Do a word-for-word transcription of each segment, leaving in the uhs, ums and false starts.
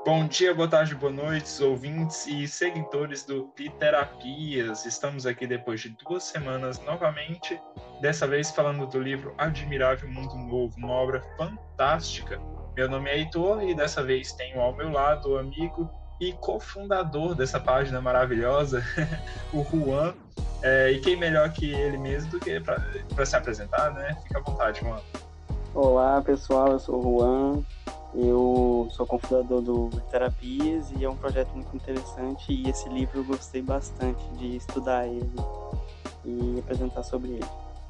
Bom dia, boa tarde, boa noite, ouvintes e seguidores do Piterapias. Estamos aqui depois de duas semanas novamente, dessa vez falando do livro Admirável Mundo Novo, uma obra fantástica. Meu nome é Heitor e dessa vez tenho ao meu lado o amigo e cofundador dessa página maravilhosa, o Juan. É, e quem melhor que ele mesmo do que para se apresentar, né? Fica à vontade, Juan. Olá, pessoal, eu sou o Juan. Eu sou cofundador do Terapias e é um projeto muito interessante e esse livro eu gostei bastante de estudar ele e apresentar sobre ele.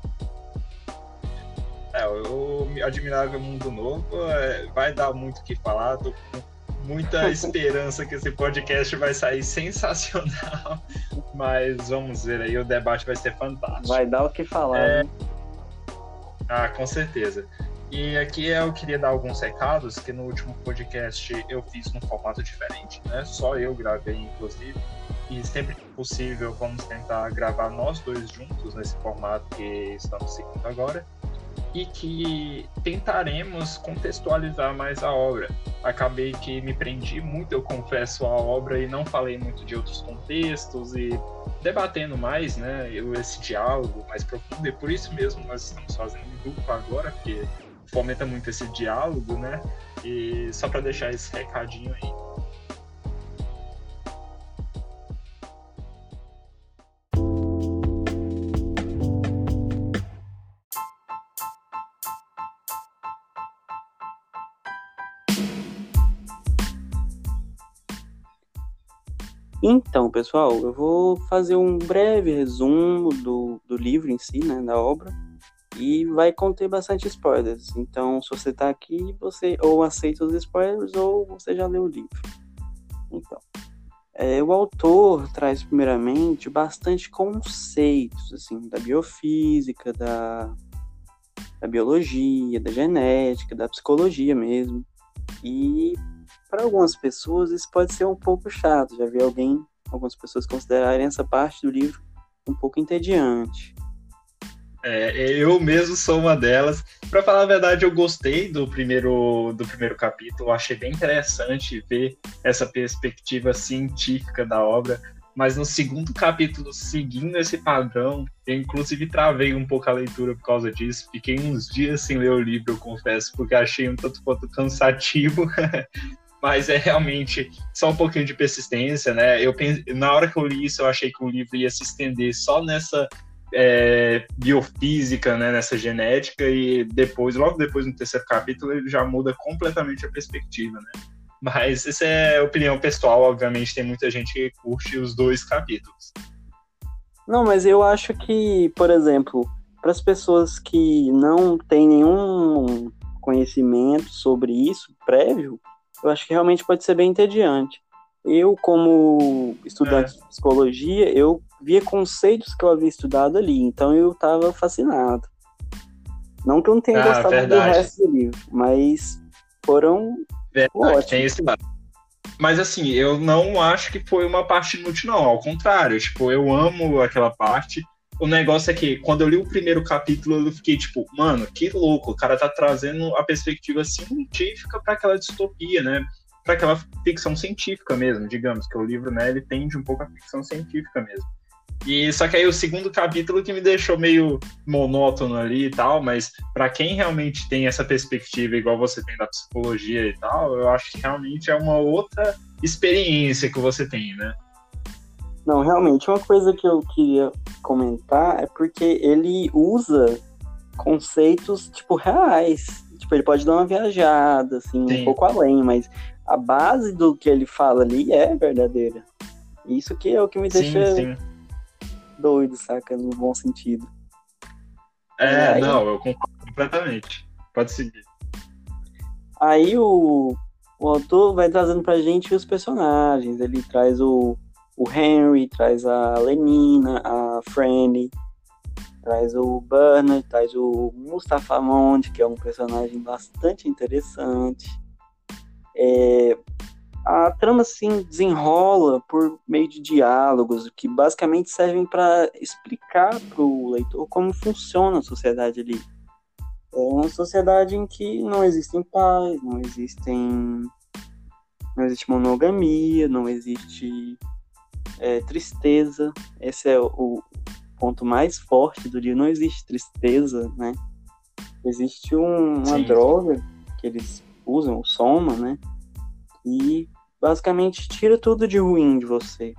É, o Admirável Mundo Novo é, vai dar muito o que falar, tô com muita esperança que esse podcast vai sair sensacional, mas vamos ver aí, o debate vai ser fantástico. Vai dar o que falar, é... né? Ah, com certeza. E aqui eu queria dar alguns recados, que no último podcast eu fiz num formato diferente, né? Só eu gravei, inclusive. E sempre que possível vamos tentar gravar nós dois juntos nesse formato que estamos seguindo agora. E que tentaremos contextualizar mais a obra. Acabei que me prendi muito, eu confesso, à obra e não falei muito de outros contextos e debatendo mais, né, esse diálogo mais profundo. E por isso mesmo nós estamos fazendo em dupla agora, porque fomenta muito esse diálogo, né? E só para deixar esse recadinho aí. Então, pessoal, eu vou fazer um breve resumo do, do livro em si, né, da obra, e vai conter bastante spoilers. Então, se você tá aqui, você ou aceita os spoilers ou você já leu o livro. Então, é, o autor traz primeiramente bastante conceitos, assim, da biofísica, da, da biologia, da genética, da psicologia mesmo. E para algumas pessoas isso pode ser um pouco chato. Já vi alguém, algumas pessoas considerarem essa parte do livro um pouco entediante. É, eu mesmo sou uma delas. Para falar a verdade, eu gostei do primeiro, do primeiro capítulo, achei bem interessante ver essa perspectiva científica da obra, mas no segundo capítulo, seguindo esse padrão, eu inclusive travei um pouco a leitura por causa disso, fiquei uns dias sem ler o livro, eu confesso, porque achei um tanto quanto cansativo, mas é realmente só um pouquinho de persistência, né? Eu pense, na hora que eu li isso, eu achei que o livro ia se estender só nessa É, biofísica, né, nessa genética, e depois, logo depois no terceiro capítulo, ele já muda completamente a perspectiva, né? Mas essa é opinião pessoal, obviamente tem muita gente que curte os dois capítulos. Não, mas eu acho que, por exemplo, para as pessoas que não têm nenhum conhecimento sobre isso prévio, eu acho que realmente pode ser bem entediante. Eu, como estudante é. de psicologia, eu via conceitos que eu havia estudado ali, então eu estava fascinado. Não que eu não tenha ah, gostado verdade. do resto do livro, mas foram ótimos. Tem esse lado. Mas assim, eu não acho que foi uma parte inútil, não. Ao contrário, tipo, eu amo aquela parte. O negócio é que, quando eu li o primeiro capítulo, eu fiquei tipo, mano, que louco, o cara tá trazendo a perspectiva científica para aquela distopia, né? Para aquela ficção científica mesmo, digamos, que o livro, né, ele tende um pouco à ficção científica mesmo. E só que aí o segundo capítulo que me deixou meio monótono ali e tal, mas para quem realmente tem essa perspectiva igual você tem da psicologia e tal, eu acho que realmente é uma outra experiência que você tem, né? Não, realmente, uma coisa que eu queria comentar é porque ele usa conceitos, tipo, reais. Tipo, ele pode dar uma viajada, assim, Sim. um pouco além, mas a base do que ele fala ali é verdadeira. Isso que é o que me deixa sim, sim. doido, saca? No bom sentido. É, aí, não, eu concordo completamente. Pode seguir. Aí o, o autor vai trazendo pra gente os personagens. Ele traz o, o Henry, traz a Lenina, a Franny, traz o Bernard, traz o Mustafa Mond, que é um personagem bastante interessante. É, a trama assim desenrola por meio de diálogos que basicamente servem para explicar para o leitor como funciona a sociedade ali. É uma sociedade em que não existem pais, não existem não existe monogamia, não existe é, tristeza. Esse é o ponto mais forte do livro. Não existe tristeza, né? Existe um, uma Sim. droga que eles usam, o soma, né? E basicamente tira tudo de ruim de você.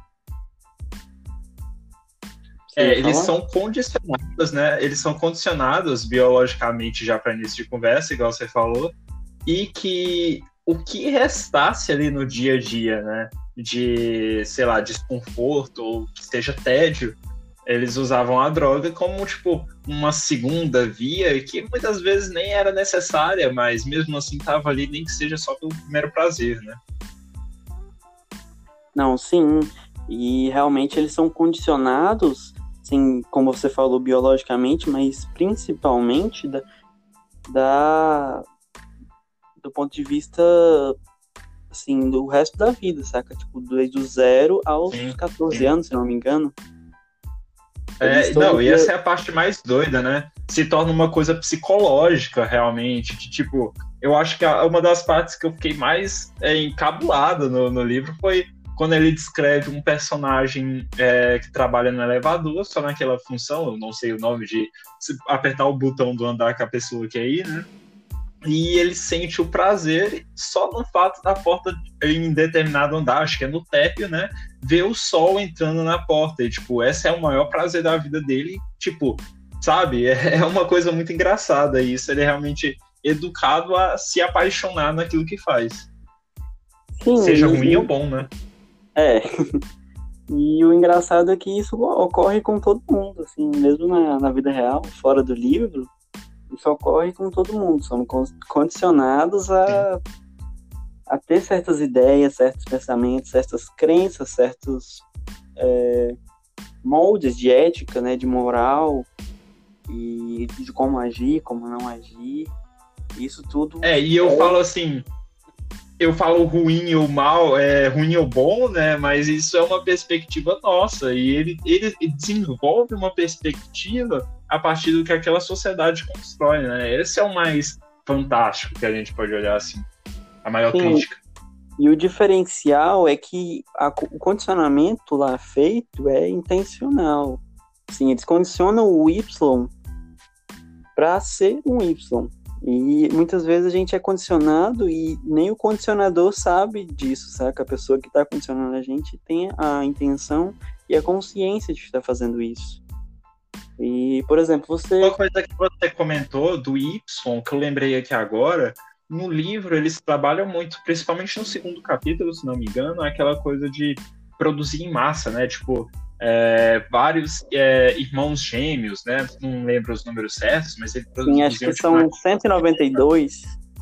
Você É, ia eles falar? são condicionados, né? Eles são condicionados biologicamente já para início de conversa, igual você falou, e que o que restasse ali no dia a dia, né? De, sei lá, desconforto ou que seja tédio, eles usavam a droga como, tipo, uma segunda via que muitas vezes nem era necessária, mas mesmo assim tava ali, nem que seja só pelo primeiro prazer, né? Não, sim. E realmente eles são condicionados, assim, como você falou, biologicamente, mas principalmente da, da- do ponto de vista, assim, do resto da vida, saca? Tipo, desde o zero aos Sim, catorze sim. anos, se não me engano. Eles É, todo não, e dia... essa é a parte mais doida, né? Se torna uma coisa psicológica, realmente, que, tipo, eu acho que a- uma das partes que eu fiquei mais é, encabulado no, no livro foi quando ele descreve um personagem é, que trabalha no elevador, só naquela função, eu não sei o nome, de se- apertar o botão do andar que a pessoa quer ir, né? E ele sente o prazer só no fato da porta em determinado andar, acho que é no térreo, né? Ver o sol entrando na porta. E, tipo, esse é o maior prazer da vida dele. Tipo, sabe? É uma coisa muito engraçada isso. Ele é realmente educado a se apaixonar naquilo que faz. Sim, Seja ruim e, ou e- bom, né? é. E o engraçado é que isso ocorre com todo mundo, assim, mesmo na, na vida real, fora do livro, isso ocorre com todo mundo. Somos con- condicionados Sim. a, a ter certas ideias, certos pensamentos, certas crenças, certos é, moldes de ética, né, de moral e de como agir, como não agir. Isso tudo É, e eu falo assim, eu falo ruim ou mal, é ruim ou bom, né? Mas isso é uma perspectiva nossa e ele, ele desenvolve uma perspectiva a partir do que aquela sociedade constrói, né? Esse é o mais fantástico que a gente pode olhar assim, a maior sim, crítica. e o diferencial é que a, o condicionamento lá feito é intencional. Sim, eles condicionam o Y para ser um Y. E muitas vezes a gente é condicionado e nem o condicionador sabe disso, sabe? A pessoa que está condicionando a gente tem a intenção e a consciência de estar fazendo isso. E, por exemplo, você... Uma coisa que você comentou do Y, que eu lembrei aqui agora, no livro eles trabalham muito, principalmente no segundo capítulo, se não me engano, aquela coisa de produzir em massa, né? Tipo, é, vários é, irmãos gêmeos, né? Não lembro os números certos, mas eles Sim, acho produziam que tipo na... são cento e noventa e dois.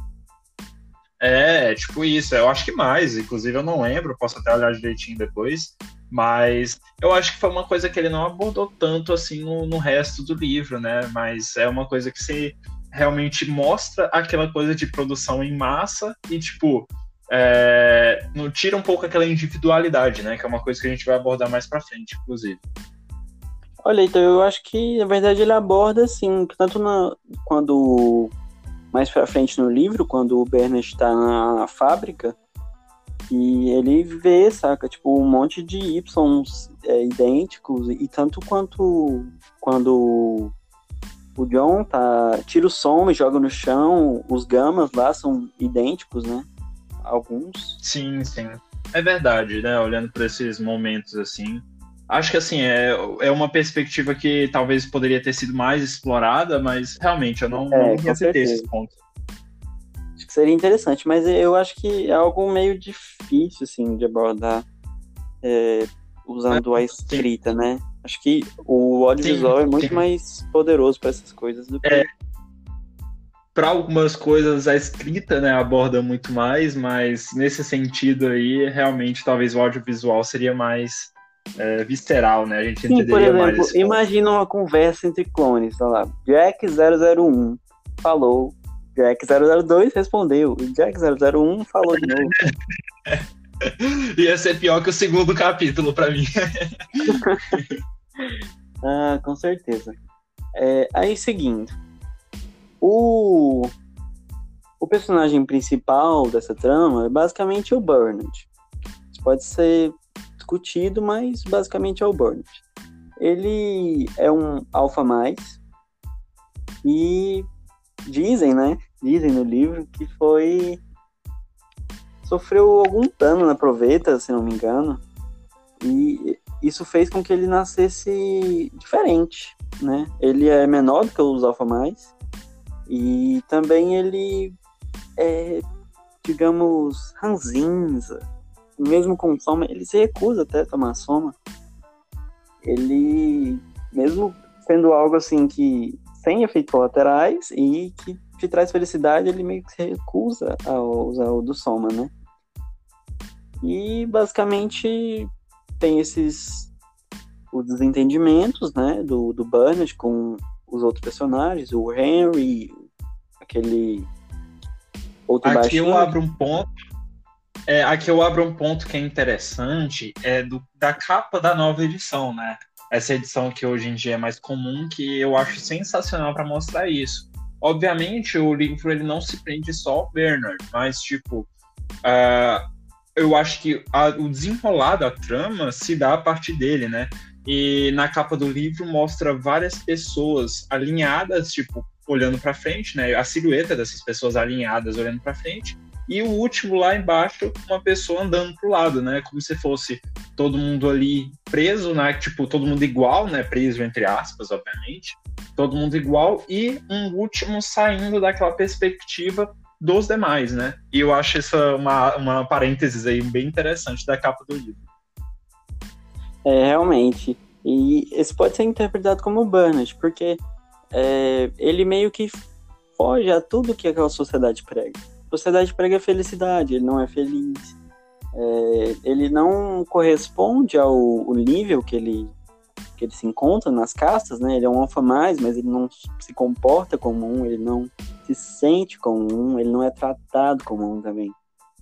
É, tipo isso, eu acho que mais, inclusive eu não lembro, posso até olhar direitinho depois, mas eu acho que foi uma coisa que ele não abordou tanto assim no, no resto do livro, né? Mas é uma coisa que se realmente mostra aquela coisa de produção em massa e, tipo, é, não tira um pouco aquela individualidade, né? Que é uma coisa que a gente vai abordar mais pra frente, inclusive. Olha, então eu acho que, na verdade, ele aborda, assim, tanto na, quando, mais pra frente no livro, quando o Bernard está na, na fábrica, e ele vê, saca, tipo, um monte de Ys é, idênticos, e tanto quanto quando o John tá, tira o som e joga no chão, os gamas lá são idênticos, né? Alguns. Sim, sim. É verdade, né? Olhando para esses momentos assim. Acho que assim, é, é uma perspectiva que talvez poderia ter sido mais explorada, mas realmente eu não, não É, com reaceitei esse certeza. ponto. Acho que seria interessante, mas eu acho que é algo meio difícil, assim, de abordar é, usando a Sim, escrita, né? Acho que o sim, audiovisual é muito sim. mais poderoso para essas coisas do É, que... para algumas coisas a escrita, né, aborda muito mais, mas nesse sentido aí, realmente, talvez o audiovisual seria mais é, visceral, né? A gente Sim, por entenderia mais exemplo, esse ponto. imagina uma conversa entre clones, sei lá, Jack zero zero um falou, Jack zero zero dois respondeu, e Jack zero zero um falou de novo. Ia ser pior que o segundo capítulo para mim. Ah, com certeza. É, aí, seguindo, o, o personagem principal dessa trama é basicamente o Bernard. Isso pode ser discutido, mas basicamente é o Bernard. Ele é um alfa mais e dizem, né? Dizem no livro que foi... sofreu algum dano na proveta, se não me engano, e isso fez com que ele nascesse diferente, né? Ele é menor do que os alfa mais e também ele é, digamos, ranzinza. Mesmo com soma, ele se recusa até a tomar soma. Ele, mesmo sendo algo assim que sem efeitos colaterais e que te traz felicidade, ele meio que se recusa a usar o do soma, né? E basicamente tem esses os desentendimentos, né, do, do Bernard com os outros personagens, o Henry, aquele outro Aqui baixinho. eu abro um ponto. É, aqui eu abro um ponto que é interessante, é do, da capa da nova edição, né? Essa edição que hoje em dia é mais comum, que eu acho sensacional para mostrar isso. Obviamente, o livro ele não se prende só ao Bernard, mas, tipo, uh, eu acho que a, o desenrolar da trama se dá a partir dele, né? E na capa do livro mostra várias pessoas alinhadas, tipo, olhando para frente, né? A silhueta dessas pessoas alinhadas olhando para frente. E o último lá embaixo, uma pessoa andando pro lado, né? Como se fosse todo mundo ali preso, né? Tipo, todo mundo igual, né? Preso entre aspas, obviamente. Todo mundo igual e um último saindo daquela perspectiva dos demais, né? E eu acho essa uma, uma parênteses aí bem interessante da capa do livro. É, realmente. E esse pode ser interpretado como Bernard, porque é, ele meio que foge a tudo que aquela sociedade prega. A sociedade prega felicidade, ele não é feliz. É, ele não corresponde ao, ao nível que ele, que ele se encontra nas castas, né? Ele é um alfa mais, mas ele não se comporta como um, ele não se sente como um, ele não é tratado como um também.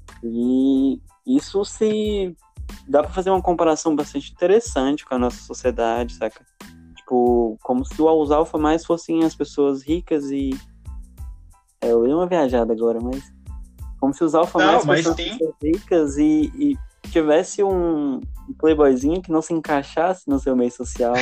E isso se... dá pra fazer uma comparação bastante interessante com a nossa sociedade, saca? Tipo, como se os alfa mais fossem as pessoas ricas e... É, eu dei uma viajada agora, mas... Como se os alfa mais fossem as pessoas ricas e, e tivesse um playboyzinho que não se encaixasse no seu meio social.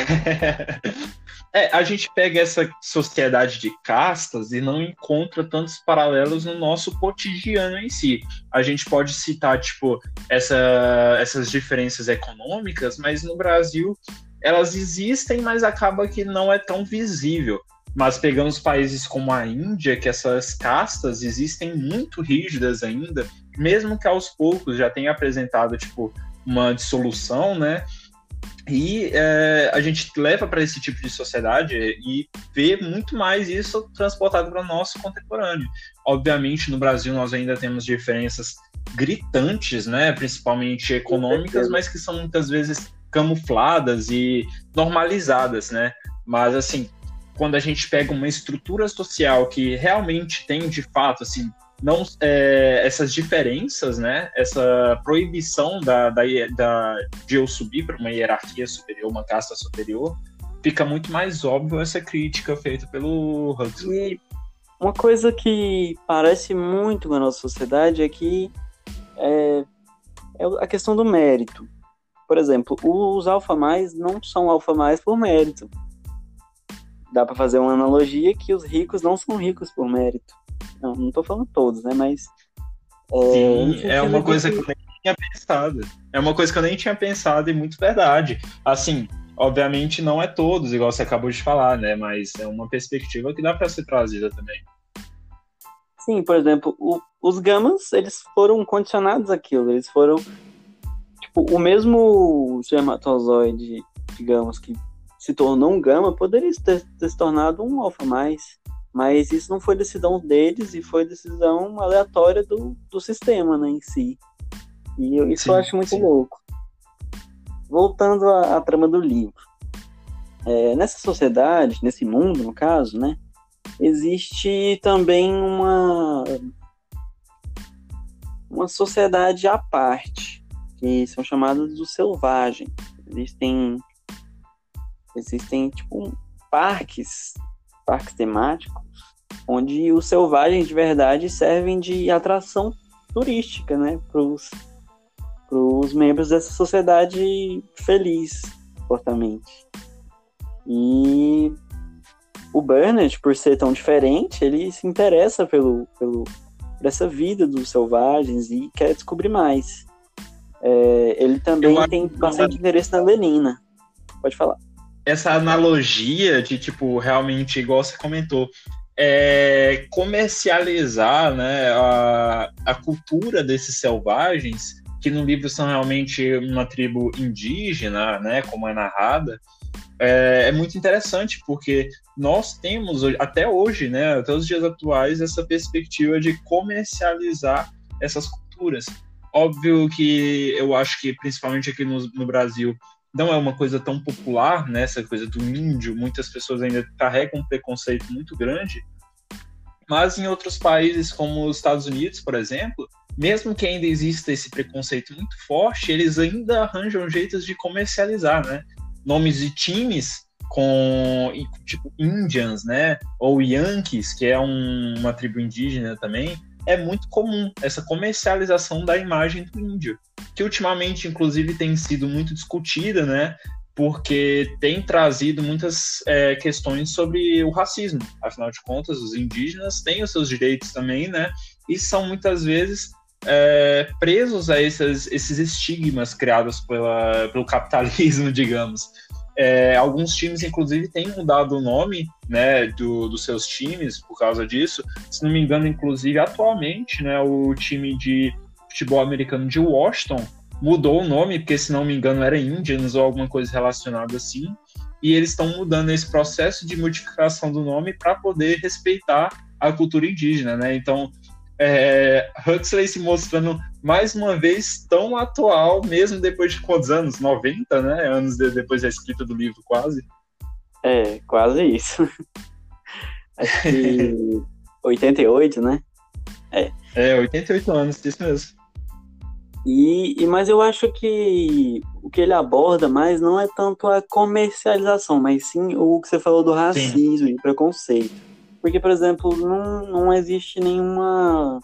É, a gente pega essa sociedade de castas e não encontra tantos paralelos no nosso cotidiano em si. A gente pode citar, tipo, essa, essas diferenças econômicas, mas no Brasil elas existem, mas acaba que não é tão visível. Mas pegamos países como a Índia, que essas castas existem muito rígidas ainda, mesmo que aos poucos já tenha apresentado, tipo, uma dissolução, né? E é, a gente leva para esse tipo de sociedade e vê muito mais isso transportado para o nosso contemporâneo. Obviamente, no Brasil, nós ainda temos diferenças gritantes, né, principalmente econômicas, mas que são muitas vezes camufladas e normalizadas, né? Mas, assim, quando a gente pega uma estrutura social que realmente tem, de fato, assim, não, é, essas diferenças, né, essa proibição da, da, da, de eu subir para uma hierarquia superior, uma casta superior, fica muito mais óbvio essa crítica feita pelo Huxley. E uma coisa que parece muito com a nossa sociedade é que é, é a questão do mérito. Por exemplo, os alfa mais não são alfa mais por mérito. Dá para fazer uma analogia que os ricos não são ricos por mérito. Não, não tô falando todos, né? Mas... É, Sim, é uma coisa que eu nem tinha pensado. É uma coisa que eu nem tinha pensado e muito verdade. Assim, obviamente não é todos, igual você acabou de falar, né? Mas é uma perspectiva que dá para ser trazida também. Sim, por exemplo, o, os gamas, eles foram condicionados àquilo. Eles foram... Tipo, o mesmo espermatozoide, digamos, que se tornou um gama, poderia ter, ter se tornado um alfa mais, mas isso não foi decisão deles e foi decisão aleatória do, do sistema, né, em si. E eu, isso sim, eu acho muito sim. louco. Voltando à, à trama do livro. É, nessa sociedade, nesse mundo, no caso, né, existe também uma, uma sociedade à parte, que são chamadas do selvagem. Existem Existem, tipo, parques, parques temáticos, onde os selvagens de verdade servem de atração turística, né, para os membros dessa sociedade feliz, supostamente. E o Bernard, por ser tão diferente, ele se interessa pelo, pelo, por essa vida dos selvagens e quer descobrir mais. É, ele também Eu tem acho- bastante interesse na Lenina. Pode falar. Essa analogia de, tipo, realmente, igual você comentou, é, comercializar, né, a, a cultura desses selvagens, que no livro são realmente uma tribo indígena, né, como é narrada, é, é muito interessante, porque nós temos, até hoje, né, até os dias atuais, essa perspectiva de comercializar essas culturas. Óbvio que eu acho que, principalmente aqui no, no Brasil, não é uma coisa tão popular, né, essa coisa do índio, muitas pessoas ainda carregam um preconceito muito grande, mas em outros países, como os Estados Unidos, por exemplo, mesmo que ainda exista esse preconceito muito forte, eles ainda arranjam jeitos de comercializar, né, nomes de times com, tipo, Indians, né, ou Yankees, que é um, uma tribo indígena também, é muito comum essa comercialização da imagem do índio, que ultimamente, inclusive, tem sido muito discutida, né, porque tem trazido muitas é, questões sobre o racismo. Afinal de contas, os indígenas têm os seus direitos também, né, e são muitas vezes é, presos a esses, esses estigmas criados pela, pelo capitalismo, digamos. É, alguns times, inclusive, têm mudado o nome, né, do, dos seus times por causa disso. Se não me engano, inclusive, atualmente, né, o time de futebol americano de Washington mudou o nome, porque, se não me engano, era Indians ou alguma coisa relacionada assim. E eles estão mudando esse processo de modificação do nome para poder respeitar a cultura indígena, né? Então, é, Huxley se mostrando mais uma vez tão atual, mesmo depois de quantos anos? noventa, né? Anos de, depois da escrita do livro, quase. É, quase isso. Acho que oitenta e oito, né? É. É, oitenta e oito anos, isso mesmo. E, e, mas eu acho que o que ele aborda mais não é tanto a comercialização, mas sim o que você falou do racismo sim. e preconceito. Porque, por exemplo, não, não existe nenhuma,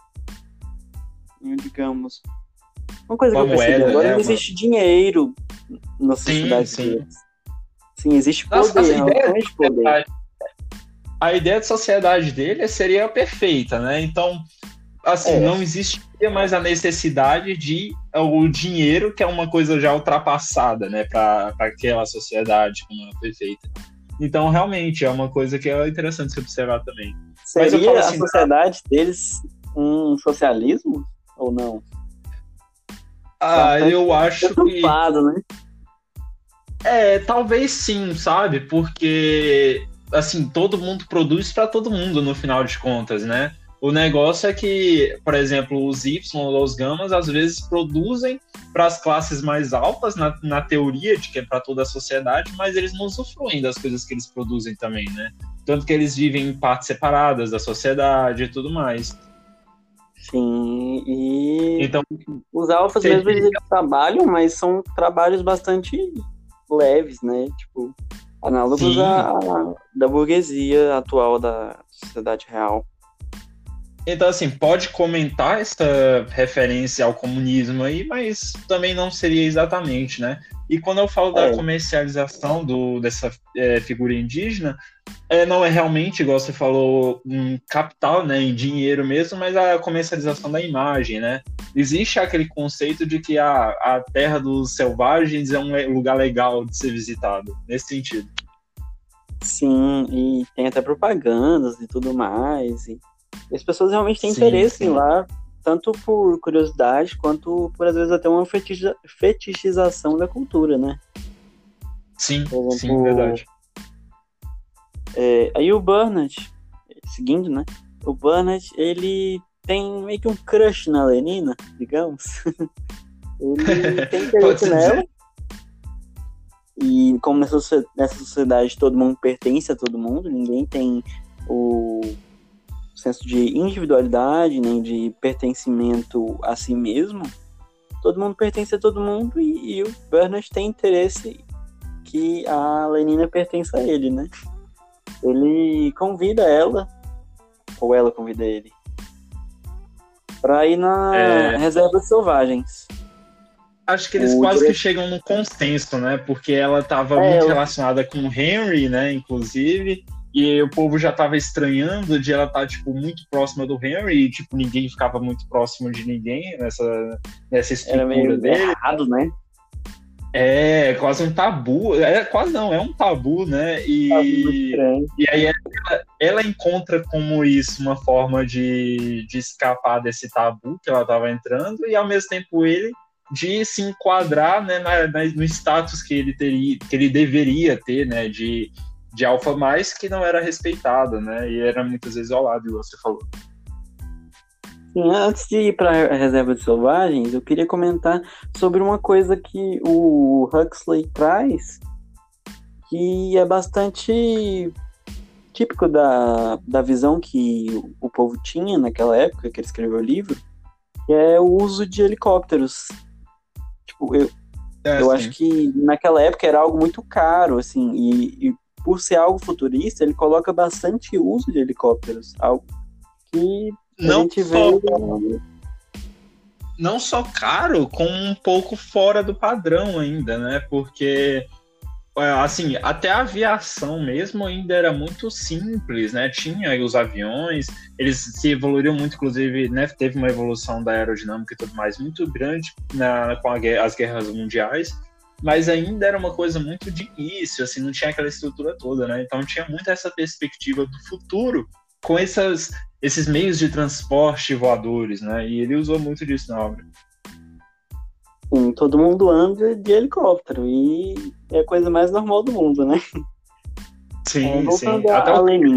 digamos, uma coisa uma que eu percebi moeda, agora, né? Não existe uma... dinheiro na sociedade sim, sim. deles. Sim, existe poder, Nossa, a, ideia não existe poder. A ideia de sociedade dele seria perfeita, né? Então, assim, é. não existiria mais a necessidade de o dinheiro, que é uma coisa já ultrapassada, né, para aquela sociedade como ela foi feita. Então, realmente, é uma coisa que é interessante se observar também. Seria Mas eu falo assim, a sociedade tá... deles um socialismo ou não? Ah, tá eu acho que... né? É, talvez sim, sabe? Porque, assim, todo mundo produz para todo mundo, no final de contas, né? O negócio é que, por exemplo, os Y ou os gamas às vezes produzem para as classes mais altas, na, na teoria de que é para toda a sociedade, mas eles não usufruem das coisas que eles produzem também, né? Tanto que eles vivem em partes separadas da sociedade e tudo mais. Sim, e então, os alfas mesmo eles trabalham, mas são trabalhos bastante leves, né? Tipo, análogos à, à, da burguesia atual da sociedade real. Então, assim, pode comentar essa referência ao comunismo aí, mas também não seria exatamente, né? E quando eu falo da é. comercialização do, dessa é, figura indígena, é, não é realmente, igual você falou, um capital, né, em dinheiro mesmo, mas a comercialização da imagem, né? Existe aquele conceito de que a, a terra dos selvagens é um lugar legal de ser visitado, nesse sentido. Sim, e tem até propagandas e tudo mais, e as pessoas realmente têm sim, interesse sim. em lá, tanto por curiosidade, quanto por, às vezes, até uma feticha- fetichização da cultura, né? Sim, por exemplo, sim, verdade. É, aí o Bernard, seguindo, né? O Bernard, ele tem meio que um crush na Lenina, digamos. Ele tem interesse nela. E como nessa, nessa sociedade todo mundo pertence a todo mundo, ninguém tem o senso de individualidade, nem de pertencimento a si mesmo, todo mundo pertence a todo mundo e, e o Bernard tem interesse que a Lenina pertença a ele, né? Ele convida ela ou ela convida ele, pra ir na É, reserva de selvagens. acho que eles O quase que dire... chegam no consenso, né? Porque ela estava é, muito ela... relacionada com o Henry, né? Inclusive, e o povo já estava estranhando de ela estar tipo muito próxima do Henry, e tipo ninguém ficava muito próximo de ninguém nessa nessa era estrutura meio dele. errado, né? É quase um tabu, é quase não, é um tabu, né? Tava muito E estranho. e aí ela, ela encontra como isso uma forma de, de escapar desse tabu que ela estava entrando e ao mesmo tempo ele de se enquadrar, né, na, na, no status que ele teria, que ele deveria ter, né, de, de alfa mais que não era respeitado, né, e era muitas vezes isolado, igual você falou. Sim, antes de ir para a reserva de selvagens, eu queria comentar sobre uma coisa que o Huxley traz, que é bastante típico da, da visão que o povo tinha naquela época que ele escreveu o livro, que é o uso de helicópteros. Tipo, eu, É, eu assim. acho que naquela época era algo muito caro, assim, e, e por ser algo futurista, ele coloca bastante uso de helicópteros, algo que a Não gente vê. só, não só caro, como um pouco fora do padrão ainda, né, porque assim, até a aviação mesmo ainda era muito simples, né? Tinha aí os aviões, eles se evoluíram muito, inclusive, né? Teve uma evolução da aerodinâmica e tudo mais muito grande na, com a, as guerras mundiais, mas ainda era uma coisa muito de início, assim, não tinha aquela estrutura toda, né? Então tinha muito essa perspectiva do futuro com essas, esses meios de transporte voadores, né? E ele usou muito disso na obra. Sim, todo mundo anda de helicóptero e é a coisa mais normal do mundo, né? É, Sim, sim. voltando Até a o... Lenina.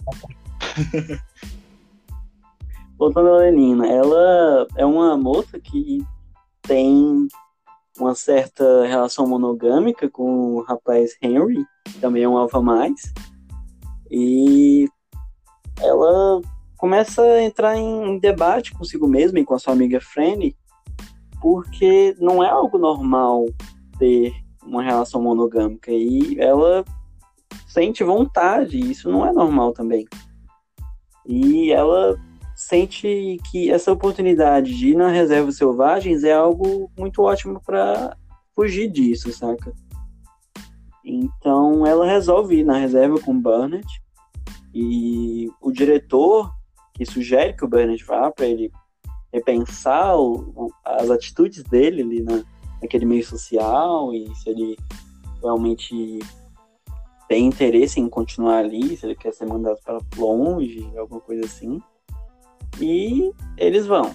Voltando a Lenina, ela é uma moça que tem uma certa relação monogâmica com o rapaz Henry, que também é um alfa mais, e ela começa a entrar em debate consigo mesma e com a sua amiga Franny, porque não é algo normal ter uma relação monogâmica e ela sente vontade, e isso não é normal também. E ela sente que essa oportunidade de ir na reserva selvagens é algo muito ótimo para fugir disso, saca? Então ela resolve ir na reserva com o Burnett e o diretor que sugere que o Burnett vá para ele repensar o, o, as atitudes dele ali na, naquele meio social e se ele realmente tem interesse em continuar ali, se ele quer ser mandado para longe, alguma coisa assim. E eles vão.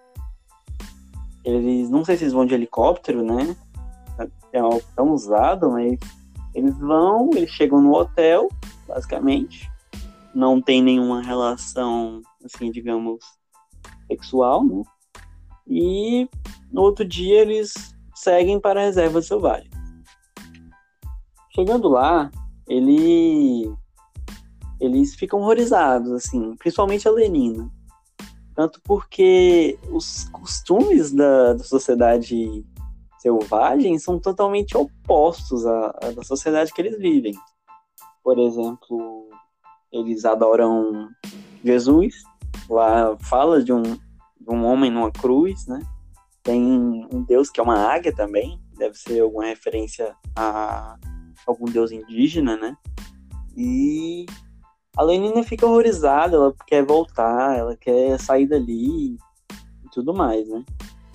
Eles, não sei se eles vão de helicóptero, né? É algo tão usado, mas eles vão, eles chegam no hotel, basicamente. Não tem nenhuma relação, assim, digamos, sexual, né? E no outro dia eles seguem para a reserva selvagem. Chegando lá, ele, eles ficam horrorizados, assim, principalmente a Lenina. Tanto porque os costumes da, da sociedade selvagem são totalmente opostos à, à da sociedade que eles vivem. Por exemplo, eles adoram Jesus. Lá fala de um, de um homem numa cruz, né? Tem um deus que é uma águia também. Deve ser alguma referência a algum deus indígena, né? E a Lenina fica horrorizada, ela quer voltar, ela quer sair dali e tudo mais, né?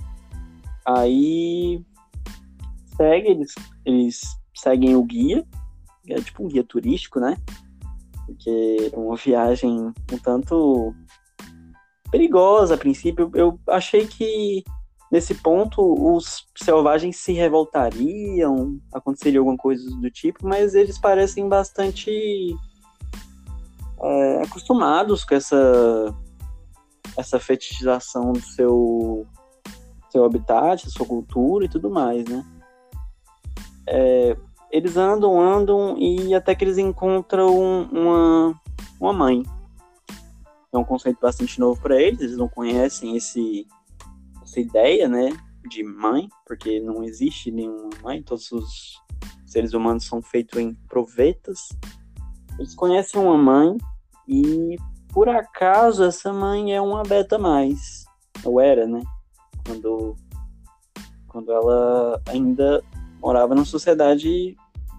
Aí segue, eles, eles seguem o guia, que é tipo um guia turístico, né? Porque é uma viagem um tanto perigosa a princípio. Eu achei que nesse ponto os selvagens se revoltariam, aconteceria alguma coisa do tipo, mas eles parecem bastante é, acostumados com essa, essa fetichização do seu, seu habitat, sua cultura e tudo mais, né? É, eles andam, andam e até que eles encontram uma, uma mãe. É um conceito bastante novo para eles, eles não conhecem esse, essa ideia, né, de mãe, porque não existe nenhuma mãe, todos os seres humanos são feitos em provetas. Eles conhecem uma mãe e por acaso, essa mãe é uma beta mais. Ou era, né? Quando, quando ela ainda morava numa sociedade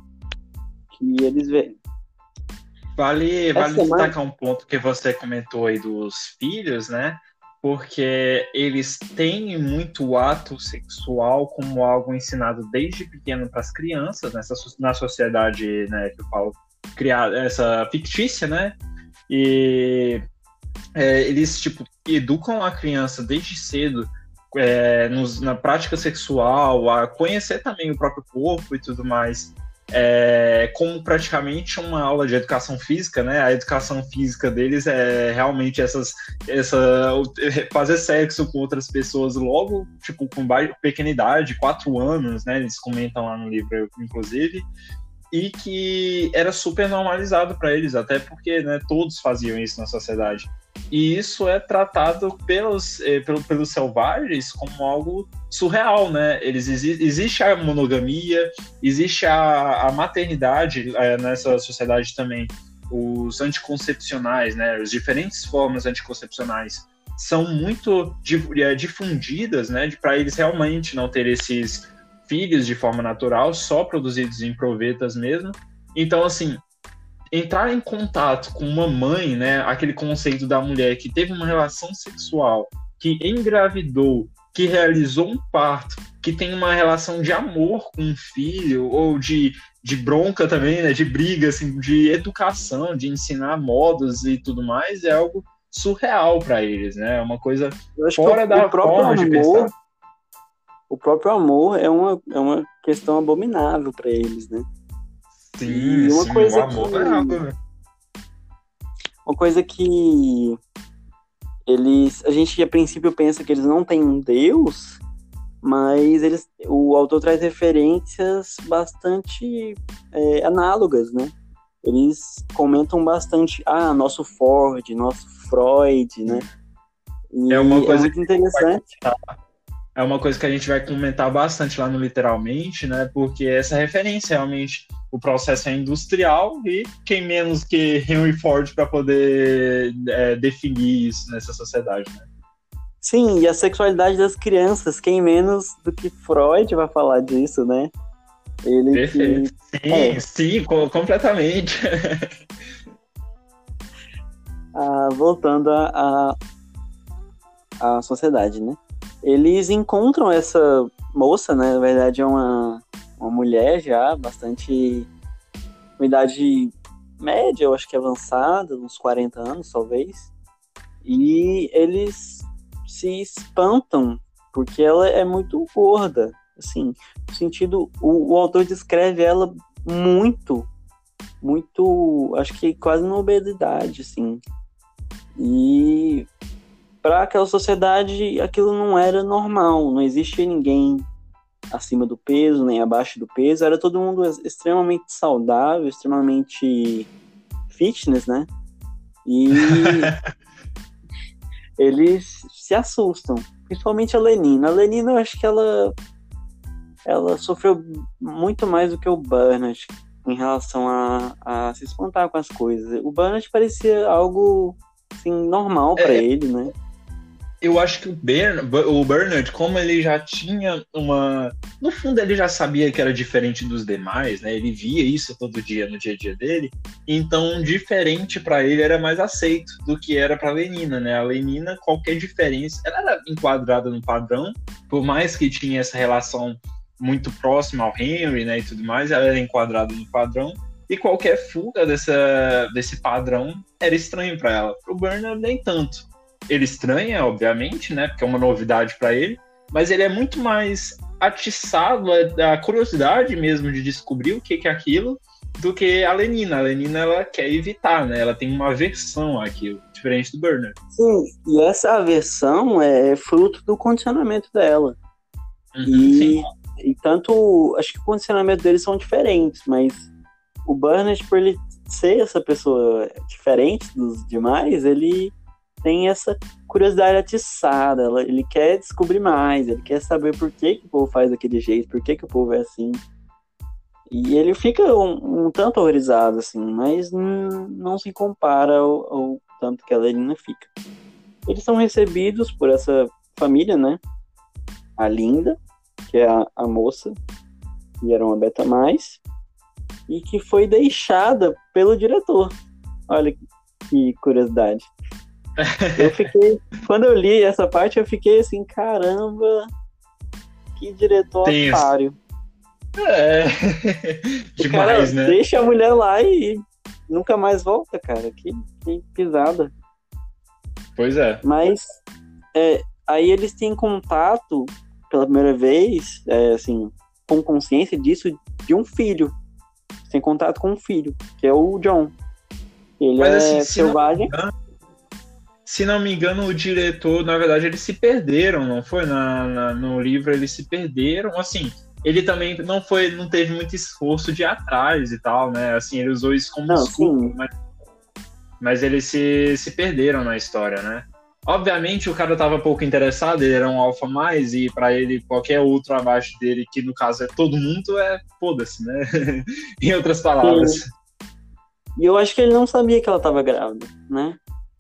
que eles veem. Vale, vale Essa mãe... destacar um ponto que você comentou aí dos filhos, né? Porque eles têm muito o ato sexual como algo ensinado desde pequeno para as crianças, nessa, na sociedade, né, que eu falo, criada, essa fictícia, né? E é, eles, tipo, educam a criança desde cedo é, nos, na prática sexual, a conhecer também o próprio corpo e tudo mais, é, como praticamente uma aula de educação física, né? A educação física deles é realmente essas, essa, fazer sexo com outras pessoas logo, tipo, com pequena idade, quatro anos, né? Eles comentam lá no livro, inclusive, e que era super normalizado para eles, até porque, né, todos faziam isso na sociedade. E isso é tratado pelos, eh, pelo, pelos selvagens como algo surreal, né? Eles, existe a monogamia, existe a, a maternidade eh, nessa sociedade também. Os anticoncepcionais, né? As diferentes formas anticoncepcionais são muito difundidas, né? Para eles realmente não ter esses filhos de forma natural, só produzidos em provetas mesmo. Então, assim, entrar em contato com uma mãe, né, aquele conceito da mulher que teve uma relação sexual, que engravidou, que realizou um parto, que tem uma relação de amor com um filho, ou de, de bronca também, né, de briga, assim, de educação, de ensinar modos e tudo mais, é algo surreal para eles, né, é uma coisa fora da forma de pensar. O próprio amor é uma, é uma questão abominável para eles, né? Sim, e uma sim, coisa o amor que, é algo... Uma coisa que eles, a gente a princípio pensa que eles não têm um Deus, mas eles, o autor traz referências bastante é, análogas, né? Eles comentam bastante, ah, nosso Ford, nosso Freud, né? E é uma coisa é muito interessante. É uma coisa que a gente vai comentar bastante lá no Literalmente, né? Porque essa referência realmente, o processo é industrial e quem menos que Henry Ford para poder é, definir isso nessa sociedade, né? Sim, e a sexualidade das crianças, quem menos do que Freud vai falar disso, né? Ele Perfeito. Que... Sim, é. sim, completamente. ah, voltando à a, a sociedade, né? Eles encontram essa moça, né? Na verdade é uma, uma mulher já, bastante... uma idade média, eu acho que avançada, uns quarenta anos, talvez. E eles se espantam, porque ela é muito gorda. Assim, no sentido... O, o autor descreve ela muito, muito... acho que quase uma obesidade, assim. E... para aquela sociedade, aquilo não era normal, não existia ninguém acima do peso, nem abaixo do peso, era todo mundo extremamente saudável, extremamente fitness, né? E eles se assustam, principalmente a Lenina. A Lenina, eu acho que ela, ela sofreu muito mais do que o Bernard em relação a, a se espantar com as coisas. O Bernard parecia algo assim, normal para é, ele, né? Eu acho que o Bernard, o Bernard, como ele já tinha uma... No fundo, ele já sabia que era diferente dos demais, né? Ele via isso todo dia, no dia a dia dele. Então, diferente para ele era mais aceito do que era para a Lenina, né? A Lenina, qualquer diferença... Ela era enquadrada no padrão, por mais que tinha essa relação muito próxima ao Henry, né? E tudo mais, ela era enquadrada no padrão. E qualquer fuga dessa, desse padrão era estranho para ela. Para o Bernard, nem tanto. Ele estranha, obviamente, né? Porque é uma novidade para ele, mas ele é muito mais atiçado a, a curiosidade mesmo de descobrir o que, que é aquilo do que a Lenina. A Lenina, ela quer evitar, né? Ela tem uma aversão àquilo, diferente do Bernard. Sim, e essa aversão é fruto do condicionamento dela. Uhum, e, e tanto, acho que o condicionamento deles são diferentes, mas o Bernard, por ele ser essa pessoa diferente dos demais, ele tem essa curiosidade atiçada, ele quer descobrir mais, ele quer saber por que, que o povo faz daquele jeito, por que, que o povo é assim. E ele fica um, um tanto horrorizado, assim, mas não, não se compara ao, ao tanto que a Lelina fica. Eles são recebidos por essa família, né? A Linda, que é a, a moça, que era uma beta mais, e que foi deixada pelo diretor. Olha que curiosidade. Eu fiquei, quando eu li essa parte, eu fiquei assim, caramba, que diretor Tem otário. É, demais, cara, né? Deixa a mulher lá e nunca mais volta, cara. Que, que pisada. Pois é. Mas é, aí eles têm contato pela primeira vez, é, assim, com consciência disso, de um filho. Tem contato com um filho, que é o John. Ele Mas, é assim, se selvagem. Não engano, se não me engano, o diretor, na verdade, eles se perderam, não foi? Na, na, no livro eles se perderam, assim, ele também não foi, não teve muito esforço de ir atrás e tal, né? Assim, ele usou isso como Não, desculpa, sim. mas, mas eles se, se perderam na história, né? Obviamente o cara estava pouco interessado, ele era um alfa mais, e para ele qualquer outro abaixo dele, que no caso é todo mundo, é foda-se, né? Em outras palavras. Sim. E eu acho que ele não sabia que ela estava grávida, né?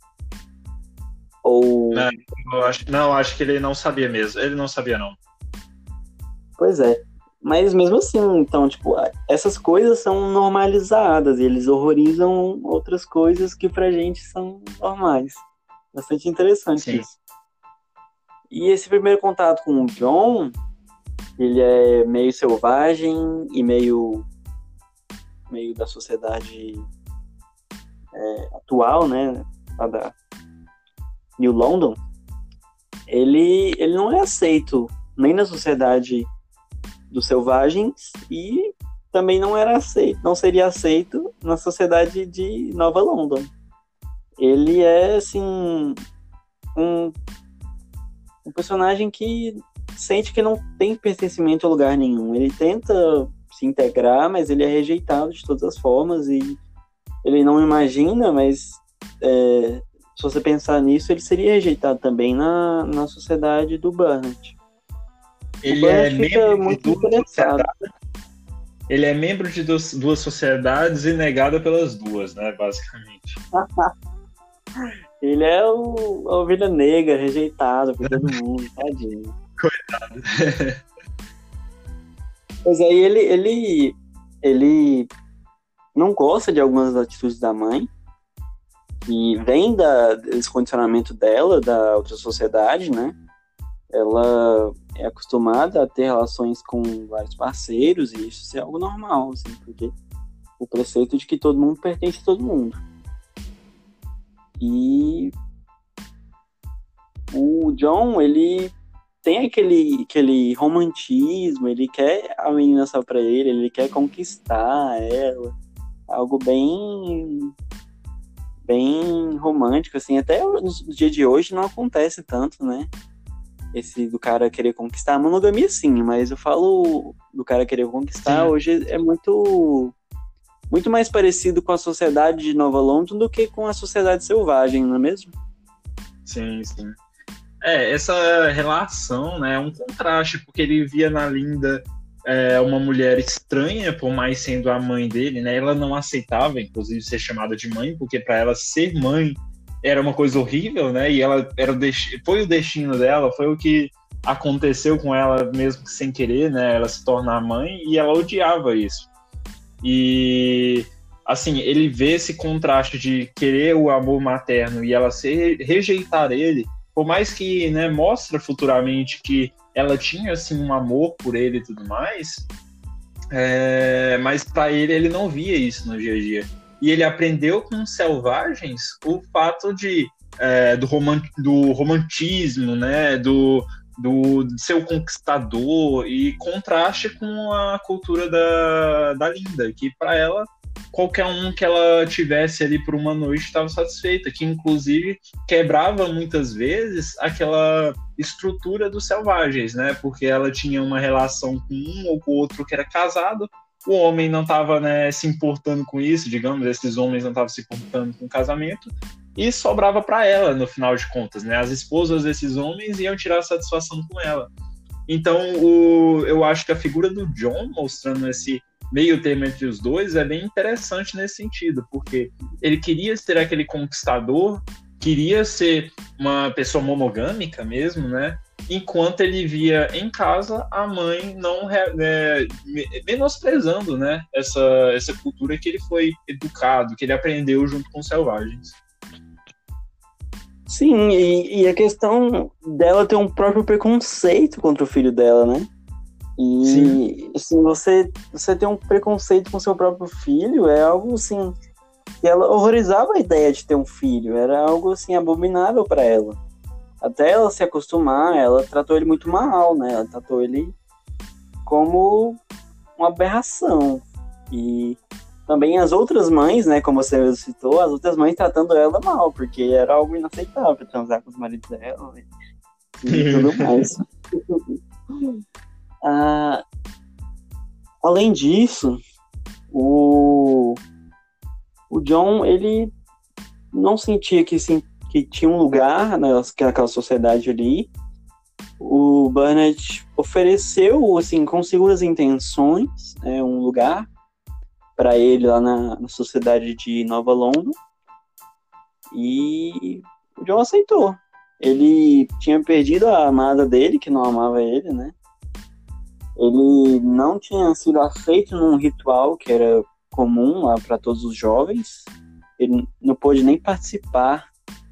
Ou... Não, eu acho, não, acho que ele não sabia mesmo. Ele não sabia, não. Pois é. Mas mesmo assim, então, tipo, essas coisas são normalizadas e eles horrorizam outras coisas que pra gente são normais. Bastante interessante Sim. isso. E esse primeiro contato com o John, ele é meio selvagem e meio, meio da sociedade é, atual, né? A da New London. Ele, ele não é aceito nem na sociedade dos selvagens e também não era aceito, não seria aceito na sociedade de Nova London. Ele é, assim, um, um personagem que sente que não tem pertencimento a lugar nenhum. Ele tenta se integrar, mas ele é rejeitado de todas as formas e ele não imagina, mas é, se você pensar nisso, ele seria rejeitado também na, na sociedade do Burnett. Ele é membro muito de duas sociedades. Ele é membro de duas, duas sociedades e negado pelas duas, né, basicamente. Ele é o, a ovelha negra, rejeitado por todo mundo, tadinho. Coitado. Pois aí ele, ele, ele não gosta de algumas atitudes da mãe, que vem da, desse condicionamento dela, da outra sociedade, né? Ela é acostumada a ter relações com vários parceiros e isso é algo normal, assim, porque o preceito de que todo mundo pertence a todo mundo. E o John, ele tem aquele, aquele romantismo, ele quer a menina só pra ele, ele quer conquistar ela, algo bem bem romântico, assim, até no dia de hoje não acontece tanto, né? Esse do cara querer conquistar, a monogamia sim, mas eu falo do cara querer conquistar, sim. Hoje é muito muito mais parecido com a sociedade de Nova London do que com a sociedade selvagem, não é mesmo? Sim, sim. É, essa relação, né, é um contraste, porque ele via na Linda é, uma mulher estranha, por mais sendo a mãe dele, né, ela não aceitava, inclusive, ser chamada de mãe, porque para ela ser mãe era uma coisa horrível, né, e ela era o destino, foi o destino dela, foi o que aconteceu com ela mesmo que sem querer, né, ela se tornar mãe, e ela odiava isso. E, assim, ele vê esse contraste de querer o amor materno e ela se rejeitar ele, por mais que, né, mostra futuramente que ela tinha, assim, um amor por ele e tudo mais, é, mas para ele, ele não via isso no dia a dia. E ele aprendeu com os selvagens o fato de, é, do, romant, do romantismo, né, do... do de ser o conquistador, e contraste com a cultura da, da Linda, que para ela, qualquer um que ela tivesse ali por uma noite estava satisfeita, que inclusive quebrava muitas vezes aquela estrutura dos selvagens, né? Porque ela tinha uma relação com um ou com outro que era casado, o homem não estava, né, se importando com isso, digamos, esses homens não estavam se importando com o casamento, e sobrava para ela, no final de contas, né? As esposas desses homens iam tirar satisfação com ela. Então, o, eu acho que a figura do John, mostrando esse meio termo entre os dois é bem interessante nesse sentido, porque ele queria ser aquele conquistador, queria ser uma pessoa monogâmica mesmo, né? Enquanto ele via em casa a mãe não é, menosprezando, né, essa, essa cultura que ele foi educado, que ele aprendeu junto com os selvagens. Sim, e, e a questão dela ter um próprio preconceito contra o filho dela, né? E assim, você, você ter um preconceito com seu próprio filho é algo assim, que ela horrorizava a ideia de ter um filho, era algo assim abominável para ela. Até ela se acostumar, ela tratou ele muito mal, né? Ela tratou ele como uma aberração. E também as outras mães, né? Como você mesmo citou, as outras mães tratando ela mal, porque era algo inaceitável transar com os maridos dela e tudo mais. ah, além disso, o, o John, ele não sentia que se que tinha um lugar naquela sociedade ali. O Burnett ofereceu, assim, com seguras intenções, né, um lugar para ele lá na, na sociedade de Nova London. E o John aceitou. Ele tinha perdido a amada dele, que não amava ele, né? Ele não tinha sido aceito num ritual que era comum lá para todos os jovens. Ele não pôde nem participar.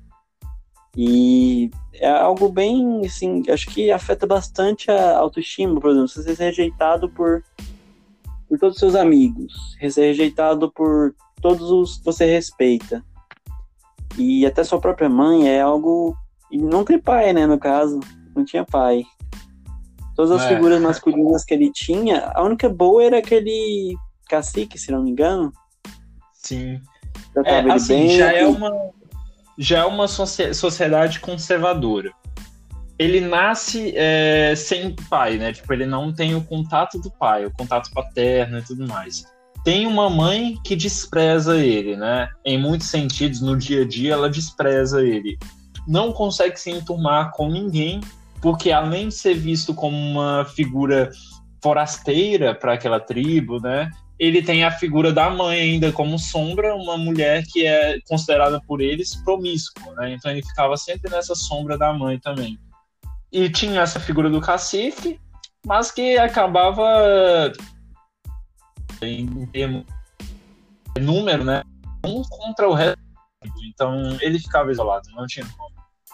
E é algo bem, assim, acho que afeta bastante a autoestima, por exemplo, você ser rejeitado por, por todos os seus amigos, ser rejeitado por todos os que você respeita. E até sua própria mãe é algo... E não tem pai, né, no caso, não tinha pai. Todas as é. figuras masculinas que ele tinha, a única boa era aquele cacique, se não me engano. Sim. É, assim, bem, já é uma... já é uma sociedade conservadora. Ele nasce é, sem pai, né? Tipo, ele não tem o contato do pai, o contato paterno e tudo mais. Tem uma mãe que despreza ele, né? Em muitos sentidos, no dia a dia, ela despreza ele. Não consegue se enturmar com ninguém, porque além de ser visto como uma figura forasteira para aquela tribo, né? Ele tem a figura da mãe ainda como sombra, uma mulher que é considerada por eles promíscua, né? Então ele ficava sempre nessa sombra da mãe também. E tinha essa figura do cacique, mas que acabava em termos de número, né? Um contra o resto. Então ele ficava isolado, não tinha como.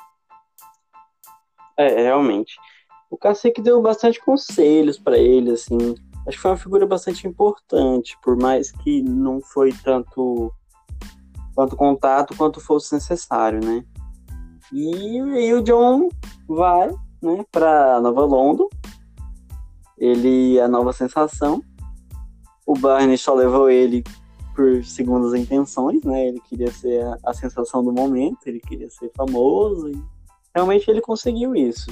É, realmente. O cacique deu bastante conselhos para ele, assim. Acho que foi uma figura bastante importante, por mais que não foi tanto, tanto contato quanto fosse necessário, né? E, e o John vai, né, para Nova London. Ele é a nova sensação. O Barney só levou ele por segundas intenções, né? Ele queria ser a, a sensação do momento, ele queria ser famoso e realmente ele conseguiu isso.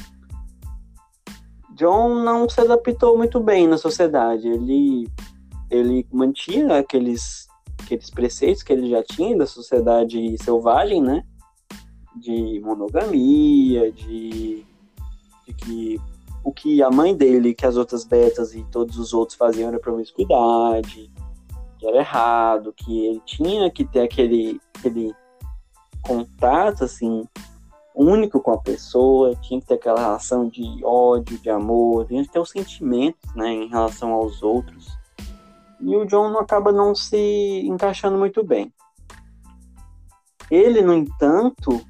John não se adaptou muito bem na sociedade. Ele, ele mantinha aqueles, aqueles preceitos que ele já tinha da sociedade selvagem, né? De monogamia, de, de que o que a mãe dele, que as outras betas e todos os outros faziam era promiscuidade, que era errado, que ele tinha que ter aquele, aquele contato, assim, único com a pessoa, tinha que ter aquela relação de ódio, de amor, tinha que ter os sentimentos, né, em relação aos outros. E o John acaba não se encaixando muito bem. Ele, no entanto,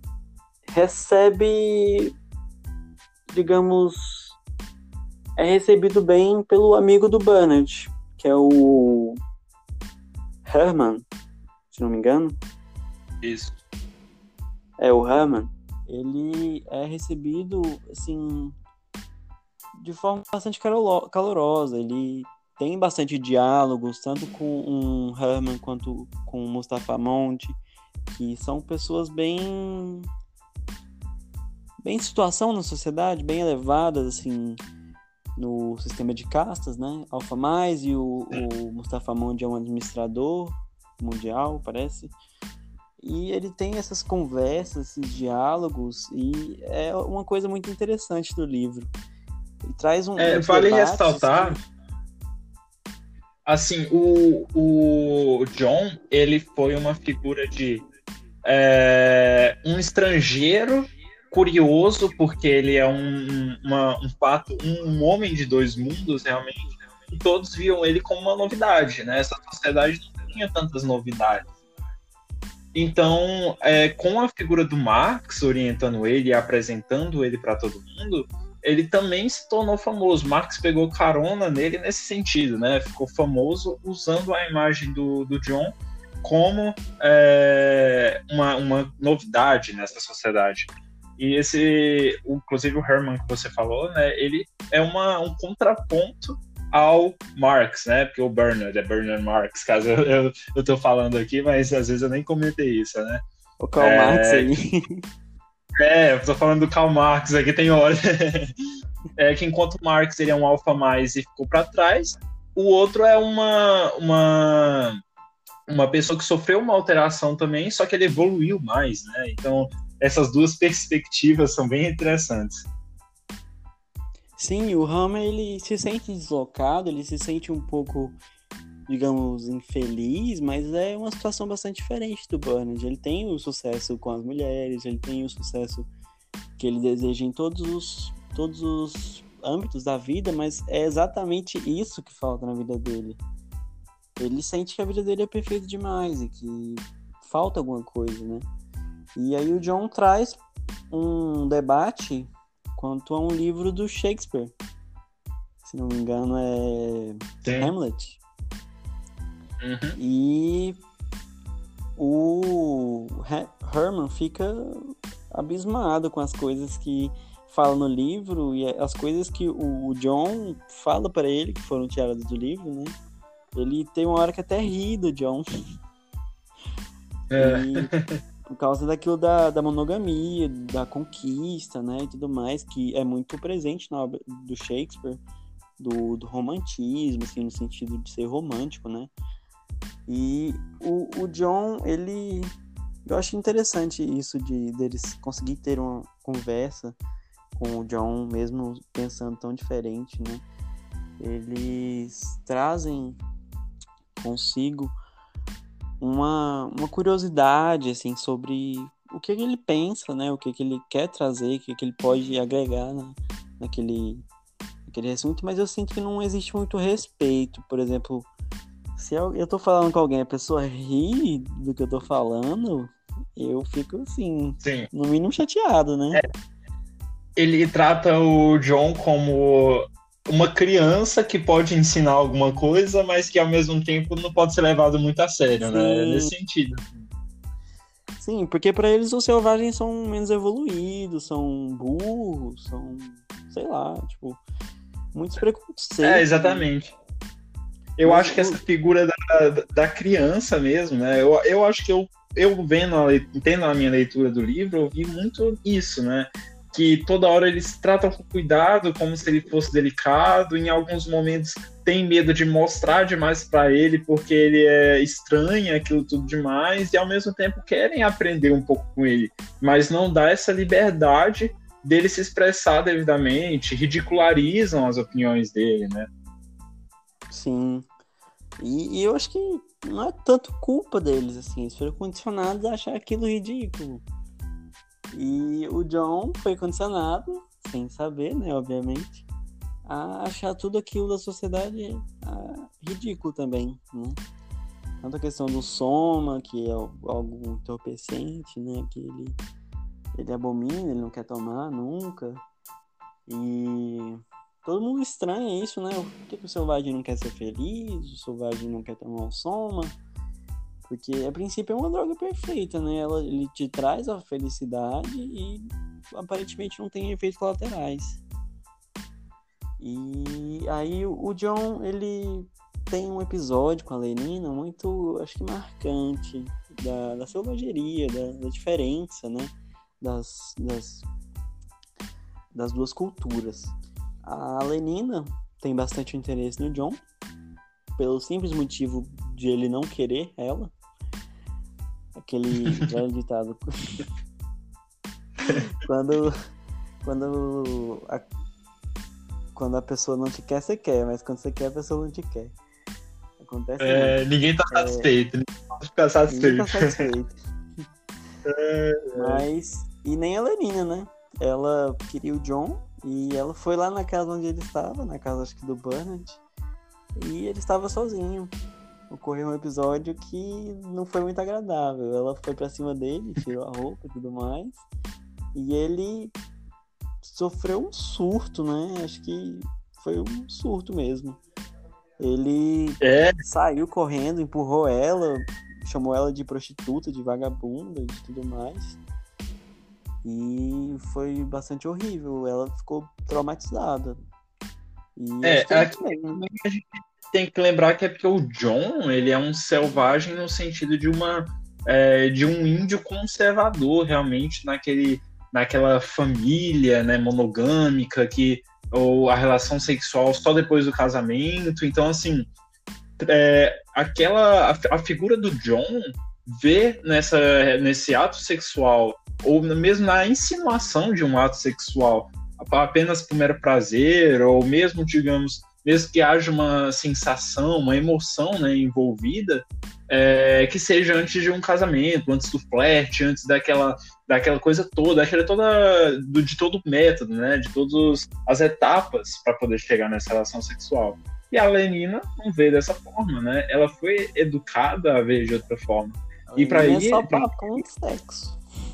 recebe, digamos, é recebido bem pelo amigo do Burnett, que é o Herman, se não me engano. Isso. É, o Herman, ele é recebido, assim, de forma bastante calorosa. Ele tem bastante diálogos, tanto com o Herman quanto com o Mustafa Monte, que são pessoas bem... bem em situação na sociedade, bem elevadas, assim, no sistema de castas, né? Alpha Mais, e o, o Mustafa Monte é um administrador mundial, parece. E ele tem essas conversas, esses diálogos, e é uma coisa muito interessante do livro. Ele traz um... É, vale ressaltar... Que... assim, o, o John, ele foi uma figura de é, um estrangeiro curioso, porque ele é um, uma, um fato, um, um homem de dois mundos, realmente, e todos viam ele como uma novidade, né? Essa sociedade não tinha tantas novidades. Então, é, com a figura do Marx orientando ele e apresentando ele para todo mundo, ele também se tornou famoso. Marx pegou carona nele nesse sentido, né? Ficou famoso usando a imagem do, do John como é, uma, uma novidade nessa sociedade. E esse, inclusive o Herman que você falou, né? Ele é uma, um contraponto ao Marx, né? Porque o Bernard é Bernard Marx, caso eu, eu, eu tô falando aqui, mas às vezes eu nem comentei isso, né? O Karl é, Marx aí. É, eu tô falando do Karl Marx aqui, tem hora. É que enquanto o Marx ele é um alfa mais e ficou para trás, o outro é uma, uma, uma pessoa que sofreu uma alteração também, só que ele evoluiu mais, né? Então, essas duas perspectivas são bem interessantes. Sim, o Hammer, ele se sente deslocado, ele se sente um pouco, digamos, infeliz, mas é uma situação bastante diferente do Bernard. Ele tem o sucesso com as mulheres, ele tem o sucesso que ele deseja em todos os, todos os âmbitos da vida, mas é exatamente isso que falta na vida dele. Ele sente que a vida dele é perfeita demais e que falta alguma coisa, né? E aí o John traz um debate quanto a um livro do Shakespeare. Se não me engano é Sim. Hamlet. Uhum. E o Herman fica abismado com as coisas que fala no livro e as coisas que o John fala para ele, que foram tiradas do livro, né? Ele tem uma hora que até ri do John. É. E por causa daquilo da, da monogamia, da conquista, né, e tudo mais, que é muito presente na obra do Shakespeare, do, do romantismo, assim, no sentido de ser romântico, né? E o, o John, ele... Eu acho interessante isso de deles conseguir ter uma conversa com o John, mesmo pensando tão diferente, né? Eles trazem consigo uma, uma curiosidade, assim, sobre o que, que ele pensa, né? O que, que ele quer trazer, o que, que ele pode agregar na, naquele, naquele assunto, mas eu sinto que não existe muito respeito. Por exemplo, se eu, eu tô falando com alguém, a pessoa ri do que eu tô falando, eu fico, assim, Sim. no mínimo chateado, né? É. Ele trata o John como uma criança que pode ensinar alguma coisa, mas que ao mesmo tempo não pode ser levado muito a sério, Sim. né? É nesse sentido. Sim, porque para eles os selvagens são menos evoluídos, são burros, são, sei lá, tipo, muitos preconceitos. É, exatamente. Eu mas, acho que essa figura da, da criança mesmo, né? Eu, eu acho que eu, eu vendo, a, tendo a minha leitura do livro, eu vi muito isso, né? Que toda hora eles tratam com cuidado, como se ele fosse delicado, em alguns momentos tem medo de mostrar demais para ele, porque ele é estranho, aquilo tudo demais, e ao mesmo tempo querem aprender um pouco com ele, mas não dá essa liberdade dele se expressar devidamente, ridicularizam as opiniões dele, né? Sim, e, e eu acho que não é tanto culpa deles, assim, eles foram condicionados a achar aquilo ridículo. E o John foi condicionado, sem saber, né, obviamente, a achar tudo aquilo da sociedade ah, ridículo também, né? Tanto a questão do soma, que é algo entorpecente, né, que ele, ele abomina, ele não quer tomar nunca. E todo mundo estranha isso, né? Por que, que o selvagem não quer ser feliz? O selvagem não quer tomar o soma? Porque, a princípio, é uma droga perfeita, né? Ela, ele te traz a felicidade e, aparentemente, não tem efeitos colaterais. E aí, o John, ele tem um episódio com a Lenina muito, acho que, marcante da, da selvageria, da, da diferença, né? Das, das, das duas culturas. A Lenina tem bastante interesse no John, pelo simples motivo de ele não querer ela. Aquele velho ditado. quando quando a, quando a pessoa não te quer, você quer, mas quando você quer, a pessoa não te quer. Acontece É, muito. ninguém tá satisfeito, ninguém pode ficar Ninguém satisfeito. tá satisfeito. Mas, e nem a Lenina, né? Ela queria o John e ela foi lá na casa onde ele estava, na casa acho que do Bernard, e ele estava sozinho. Ocorreu um episódio que não foi muito agradável. Ela foi pra cima dele, tirou a roupa e tudo mais, e ele sofreu um surto, né? Acho que foi um surto mesmo. Ele É, saiu correndo, empurrou ela, chamou ela de prostituta, de vagabunda, de tudo mais. E foi bastante horrível. Ela ficou traumatizada. E é, acho que aqui ele também. também a gente tem que lembrar que é porque o John, ele é um selvagem no sentido de uma é, de um índio conservador, realmente, naquele, naquela família, né, monogâmica, que ou a relação sexual só depois do casamento. Então, assim, é, aquela a, a figura do John ver nessa, nesse ato sexual, ou mesmo na insinuação de um ato sexual, apenas por mero prazer, ou mesmo, digamos, mesmo que haja uma sensação, uma emoção, né, envolvida, é, que seja antes de um casamento, antes do flerte, antes daquela, daquela coisa toda, daquela toda, do, de todo o método, né, de todas as etapas para poder chegar nessa relação sexual. E a Lenina não vê dessa forma, né? Ela foi educada a ver de outra forma. E para é ir, só papo de sexo.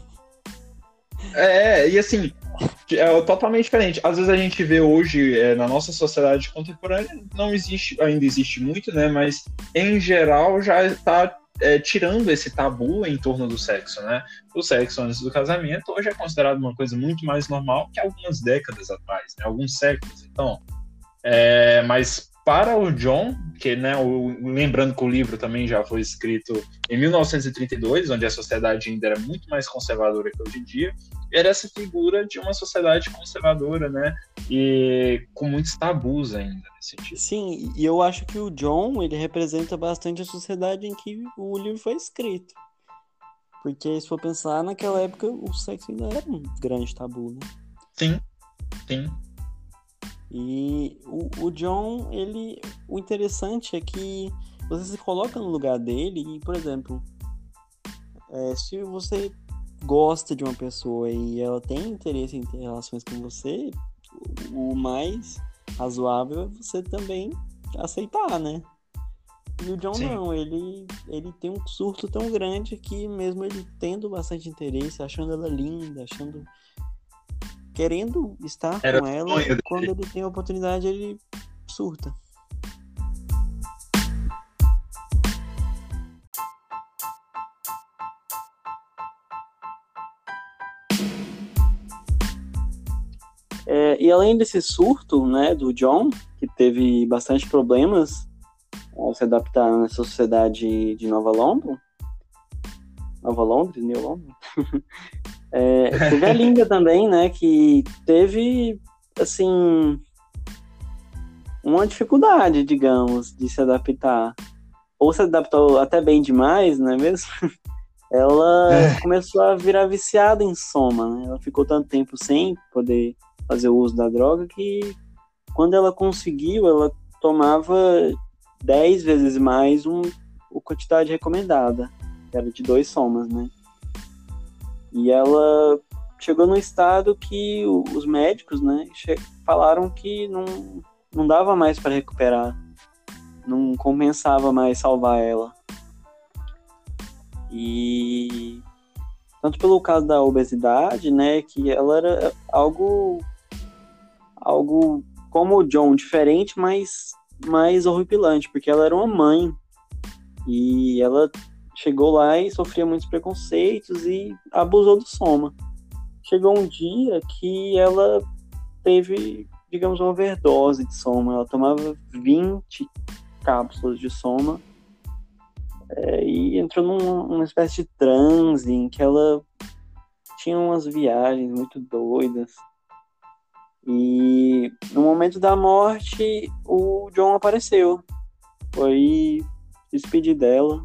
É, e assim, é totalmente diferente. Às vezes a gente vê hoje, é, na nossa sociedade contemporânea, não existe, ainda existe muito, né? Mas em geral já está é, tirando esse tabu em torno do sexo, né? O sexo antes do casamento hoje é considerado uma coisa muito mais normal que algumas décadas atrás, né? Alguns séculos. Então, é, mas para o John, que, né, o, lembrando que o livro também já foi escrito em mil novecentos e trinta e dois, onde a sociedade ainda era muito mais conservadora que hoje em dia, era essa figura de uma sociedade conservadora, né, e com muitos tabus ainda nesse sentido. Sim, e eu acho que o John, ele representa bastante a sociedade em que o livro foi escrito. Porque se for pensar, naquela época o sexo ainda era um grande tabu, né? Sim, sim. E o, o John, ele, o interessante é que você se coloca no lugar dele e, por exemplo, é, se você gosta de uma pessoa e ela tem interesse em ter relações com você, o, o mais razoável é você também aceitar, né? E o John Sim. não, ele, ele tem um surto tão grande que mesmo ele tendo bastante interesse, achando ela linda, achando... querendo estar Era com ela, sonho dele. quando ele tem a oportunidade, ele surta. É, e além desse surto, né, do John, que teve bastante problemas ao se adaptar nessa sociedade de Nova Londres, Nova Londres, New Londres, é, teve a Linda também, né, que teve, assim, uma dificuldade, digamos, de se adaptar. Ou se adaptou até bem demais, não é mesmo? Ela É. começou a virar viciada em soma, né? Ela ficou tanto tempo sem poder fazer o uso da droga que quando ela conseguiu, ela tomava dez vezes mais um, a quantidade recomendada, que era de dois somas, né? E ela chegou num estado que os médicos, né, falaram que não, não dava mais para recuperar, não compensava mais salvar ela. E tanto pelo caso da obesidade, né, que ela era algo, algo como o John, diferente, mas mais horripilante, porque ela era uma mãe e ela chegou lá e sofria muitos preconceitos e abusou do soma. Chegou um dia que ela teve, digamos, uma overdose de soma. Ela tomava vinte cápsulas de soma é, e entrou numa, numa espécie de transe em que ela tinha umas viagens muito doidas. E no momento da morte, o John apareceu. Foi se despedir dela.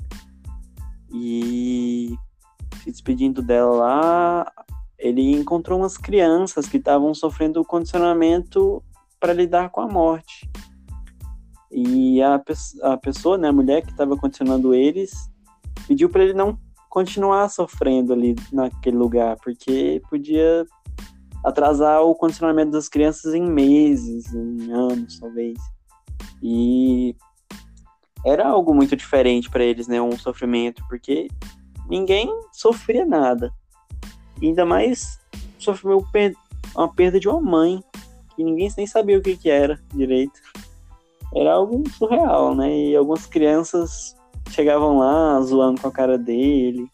E se despedindo dela lá, ele encontrou umas crianças que estavam sofrendo condicionamento para lidar com a morte. E a, a pessoa, né, a mulher que estava condicionando eles, pediu para ele não continuar sofrendo ali naquele lugar, porque podia atrasar o condicionamento das crianças em meses, em anos, talvez. E era algo muito diferente para eles, né, um sofrimento, porque ninguém sofria nada. E ainda mais sofreu uma perda de uma mãe, que ninguém nem sabia o que, que era direito. Era algo surreal, né? E algumas crianças chegavam lá zoando com a cara dele.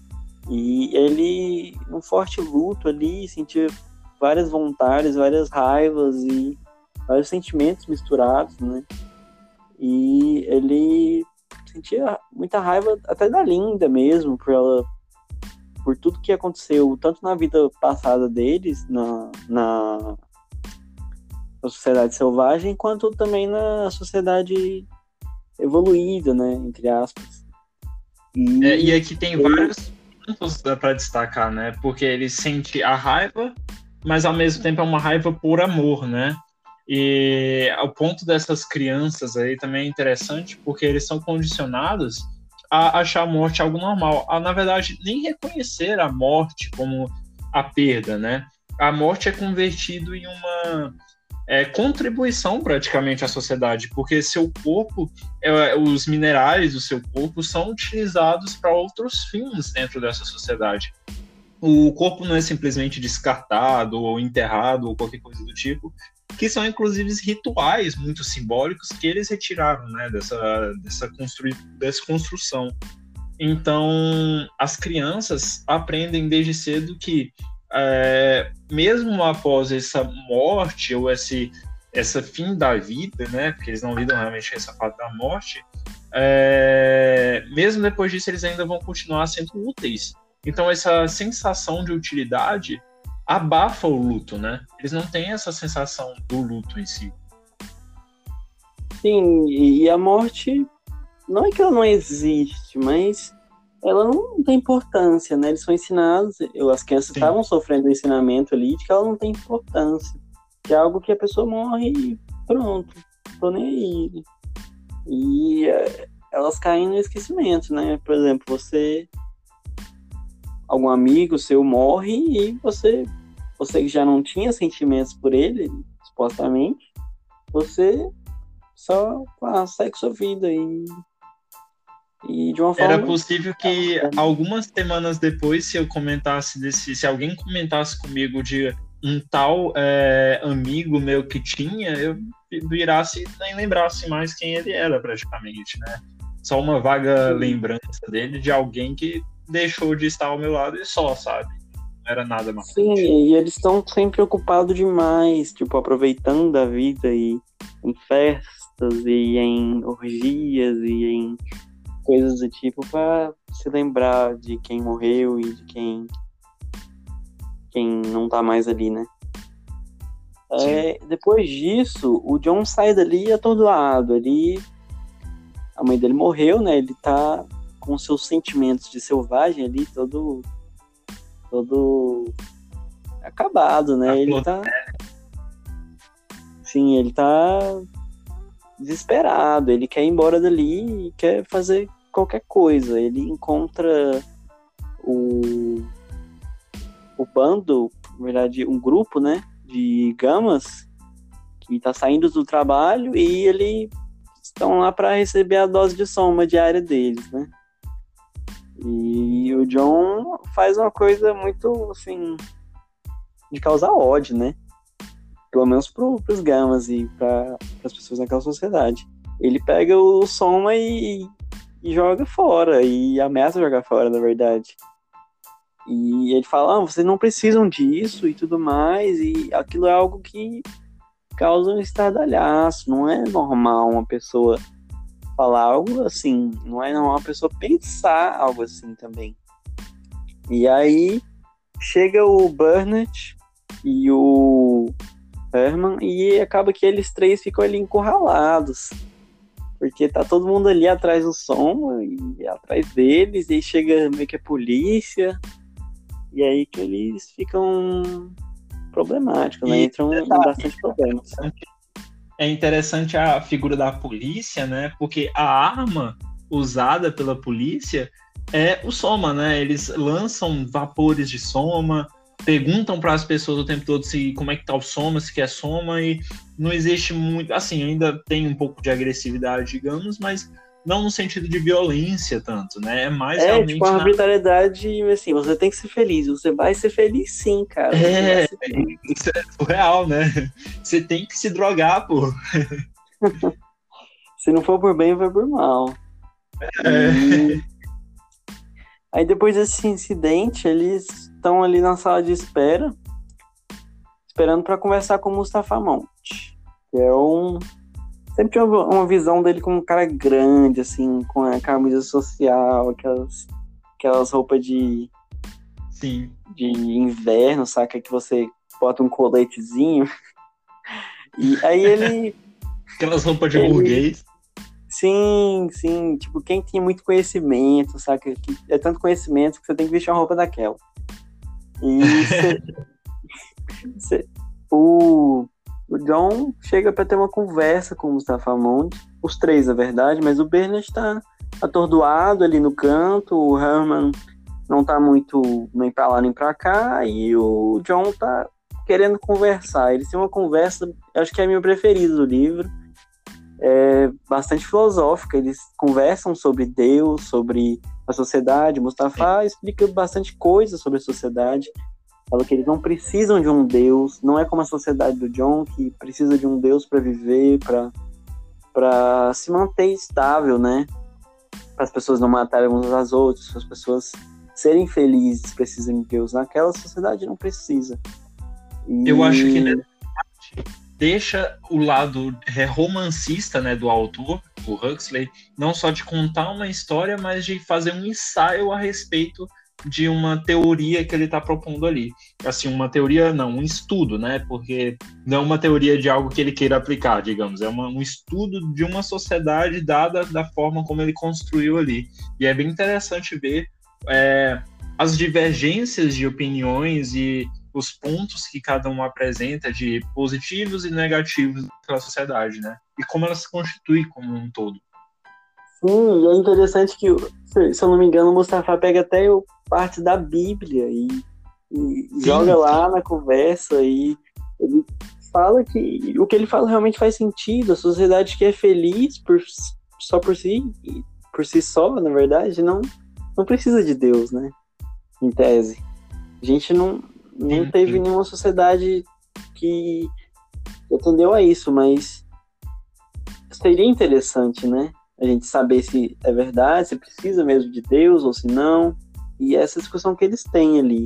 E ele, num forte luto ali, sentia várias vontades, várias raivas e vários sentimentos misturados, né? E ele sentia muita raiva até da Linda mesmo, por ela, por tudo que aconteceu, tanto na vida passada deles, na, na, na sociedade selvagem, quanto também na sociedade evoluída, né, entre aspas. E, é, e aqui tem ele... vários pontos para destacar, né, porque ele sente a raiva, mas ao mesmo tempo é uma raiva por amor, né. E o ponto dessas crianças aí também é interessante, porque eles são condicionados a achar a morte algo normal, a, na verdade, nem reconhecer a morte como a perda, né? A morte é convertido em uma é, contribuição praticamente à sociedade, porque seu corpo, é, os minerais do seu corpo são utilizados para outros fins dentro dessa sociedade. O corpo não é simplesmente descartado ou enterrado ou qualquer coisa do tipo, que são inclusive rituais muito simbólicos que eles retiraram, né, dessa, dessa, constru... dessa construção. Então, as crianças aprendem desde cedo que, é, mesmo após essa morte ou esse essa fim da vida, né, porque eles não lidam realmente com essa parte da morte, é, mesmo depois disso eles ainda vão continuar sendo úteis. Então, essa sensação de utilidade abafa o luto, né? Eles não têm essa sensação do luto em si. Sim, e a morte, não é que ela não existe, mas ela não tem importância, né? Eles são ensinados, as crianças Sim. estavam sofrendo o ensinamento ali de que ela não tem importância, que é algo que a pessoa morre e pronto, tô nem aí. E elas caem no esquecimento, né? Por exemplo, você... algum amigo seu morre e você, você que já não tinha sentimentos por ele, supostamente, você só ah, segue sua vida e, e de uma forma... Era possível que é. algumas semanas depois, se eu comentasse desse, se alguém comentasse comigo de um tal é, amigo meu que tinha, eu virasse e nem lembrasse mais quem ele era praticamente, né? Só uma vaga Sim. lembrança dele de alguém que deixou de estar ao meu lado e só, sabe? Não era nada mais. Sim, e eles estão sempre ocupados demais, tipo, aproveitando a vida e em festas e em orgias e em coisas do tipo para se lembrar de quem morreu e de quem quem não tá mais ali, né? É, depois disso, o John sai dali atordoado. Ele, a mãe dele morreu, né? Ele tá com seus sentimentos de selvagem ali, todo todo acabado, né? Ele tá sim, ele tá desesperado, ele quer ir embora dali e quer fazer qualquer coisa. Ele encontra o o bando, na verdade, um grupo, né, de gamas que tá saindo do trabalho e eles estão lá para receber a dose de soma diária deles, né? E o John faz uma coisa muito, assim, de causar ódio, né? Pelo menos pro, pros gamas e para as pessoas naquela sociedade. Ele pega o Soma e, e joga fora, e ameaça jogar fora, na verdade. E ele fala, ah, vocês não precisam disso e tudo mais, e aquilo é algo que causa um estardalhaço. Não é normal uma pessoa falar algo assim, não é normal uma pessoa pensar algo assim também. E aí chega o Burnett e o Herman e acaba que eles três ficam ali encurralados, porque tá todo mundo ali atrás do som e atrás deles, e aí chega meio que a polícia, e aí que eles ficam problemáticos, né? Entram em bastante problemas. é interessante a figura da polícia, né? Porque a arma usada pela polícia é o soma, né? Eles lançam vapores de soma, perguntam para as pessoas o tempo todo se como é que tá o soma, se quer soma, e não existe muito, assim, ainda tem um pouco de agressividade, digamos, mas não no sentido de violência tanto, né? É mais É, tipo, realmente uma na... arbitrariedade, assim, você tem que ser feliz. Você vai ser feliz sim, cara. Você vai É, ser feliz. isso é surreal, né? Você tem que se drogar, pô. Se não for por bem, vai por mal. É. E aí depois desse incidente, eles estão ali na sala de espera, esperando para conversar com o Mustafa Monte, que é um... Sempre tinha uma uma visão dele como um cara grande, assim, com a camisa social, aquelas, aquelas roupas de, Sim, de inverno, saca? Que você bota um coletezinho. E aí ele, aquelas roupas de ele... burguês. Sim, sim. Tipo, quem tinha muito conhecimento, saca? Que é tanto conhecimento que você tem que vestir uma roupa daquela. E cê, cê- o, o John chega para ter uma conversa com o Mustafa Monte, os três, na verdade, mas o Bernard está atordoado ali no canto, o Herman não tá muito nem pra lá nem pra cá, e o John tá querendo conversar. Eles têm uma conversa, acho que é a minha preferida do livro, é bastante filosófica. Eles conversam sobre Deus, sobre a sociedade. Mustafa explica bastante coisa sobre a sociedade. Fala que eles não precisam de um Deus, não é como a sociedade do John, que precisa de um Deus para viver, para se manter estável, né? Para as pessoas não matarem umas às outras, para as pessoas serem felizes, precisam de Deus. Naquela sociedade não precisa. E... Eu acho que deixa o lado romancista, né, do autor, o Huxley, não só de contar uma história, mas de fazer um ensaio a respeito de uma teoria que ele está propondo ali. Assim, uma teoria, não, um estudo, né? Porque não é uma teoria de algo que ele queira aplicar, digamos. É uma, um estudo de uma sociedade dada da forma como ele construiu ali. E é bem interessante ver é, as divergências de opiniões e os pontos que cada um apresenta de positivos e negativos pela sociedade, né? E como ela se constitui como um todo. Sim, e é interessante que, se, se eu não me engano, o Mustafa pega até o, parte da Bíblia e, e Sim, joga lá sim. na conversa, e ele fala que o que ele fala realmente faz sentido. A sociedade que é feliz por, só por si, por si só, na verdade, não, não precisa de Deus, né? Em tese. A gente não, não Sim, teve sim. nenhuma sociedade que atendeu a isso, mas seria interessante, né? A gente saber se é verdade, se precisa mesmo de Deus ou se não. E essa discussão que eles têm ali.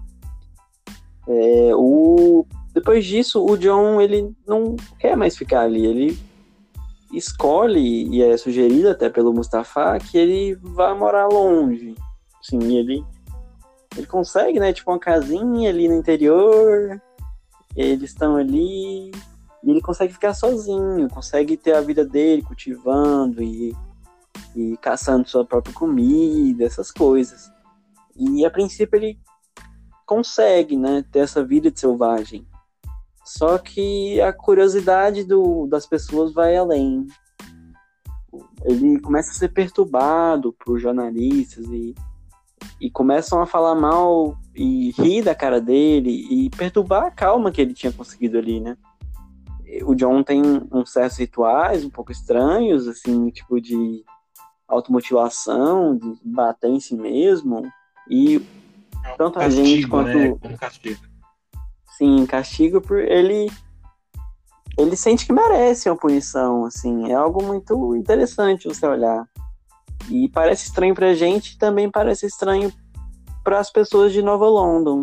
É, o... Depois disso, o John, ele não quer mais ficar ali. Ele escolhe, e é sugerido até pelo Mustafa, que ele vá morar longe. Sim, ele, ele consegue, né? Tipo, uma casinha ali no interior. Eles estão ali e ele consegue ficar sozinho, consegue ter a vida dele cultivando e, e caçando sua própria comida, essas coisas. E a princípio ele consegue, né, ter essa vida de selvagem. Só que a curiosidade do, das pessoas vai além. Ele começa a ser perturbado por jornalistas e, e começam a falar mal e rir da cara dele e perturbar a calma que ele tinha conseguido ali, né? O John tem uns certos rituais um pouco estranhos, assim, tipo de automotivação, de bater em si mesmo, e tanto a gente Castigo, né? quanto, Um castigo. sim, castigo por ele, ele sente que merece uma punição, assim, é algo muito interessante você olhar. E parece estranho pra gente, também parece estranho para as pessoas de Nova London.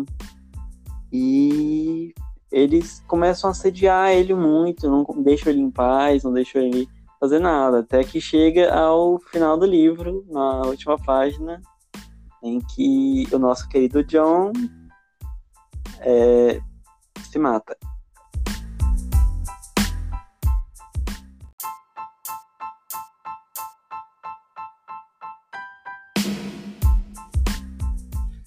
E eles começam a assediar ele muito, não deixam ele em paz, não deixam ele fazer nada, até que chega ao final do livro, na última página, em que o nosso querido John é, se mata.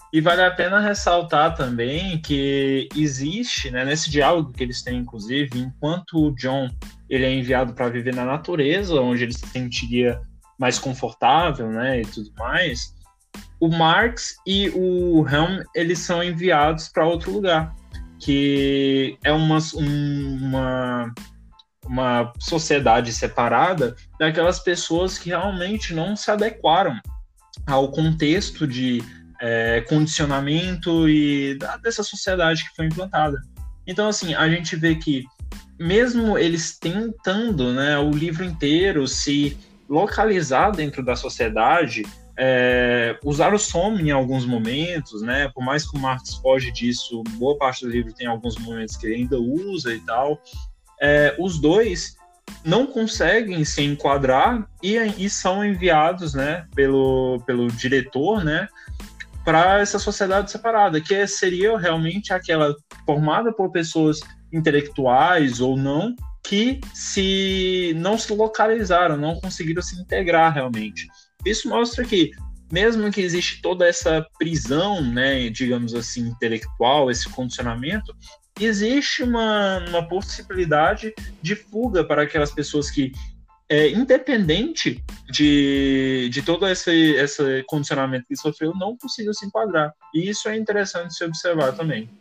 E vale a pena ressaltar também que existe, né, nesse diálogo que eles têm, inclusive, enquanto o John ele é enviado para viver na natureza, onde ele se sentiria mais confortável, né, e tudo mais, o Marx e o Helm eles são enviados para outro lugar, que é uma, uma, uma sociedade separada daquelas pessoas que realmente não se adequaram ao contexto de é, condicionamento e da, dessa sociedade que foi implantada. Então, assim, a gente vê que mesmo eles tentando, né, o livro inteiro se localizar dentro da sociedade, é, usar o som em alguns momentos, né, por mais que o Marx foge disso, boa parte do livro tem alguns momentos que ele ainda usa e tal, é, os dois não conseguem se enquadrar e, e são enviados, né, pelo, pelo diretor, né, para essa sociedade separada, que seria realmente aquela formada por pessoas intelectuais ou não, que se não se localizaram, não conseguiram se integrar realmente. Isso mostra que, mesmo que existe toda essa prisão, né, digamos assim, intelectual, esse condicionamento, existe uma, uma possibilidade de fuga para aquelas pessoas que, é, independente de, de todo esse, esse condicionamento que sofreu, não conseguiu se enquadrar. E isso é interessante se observar também.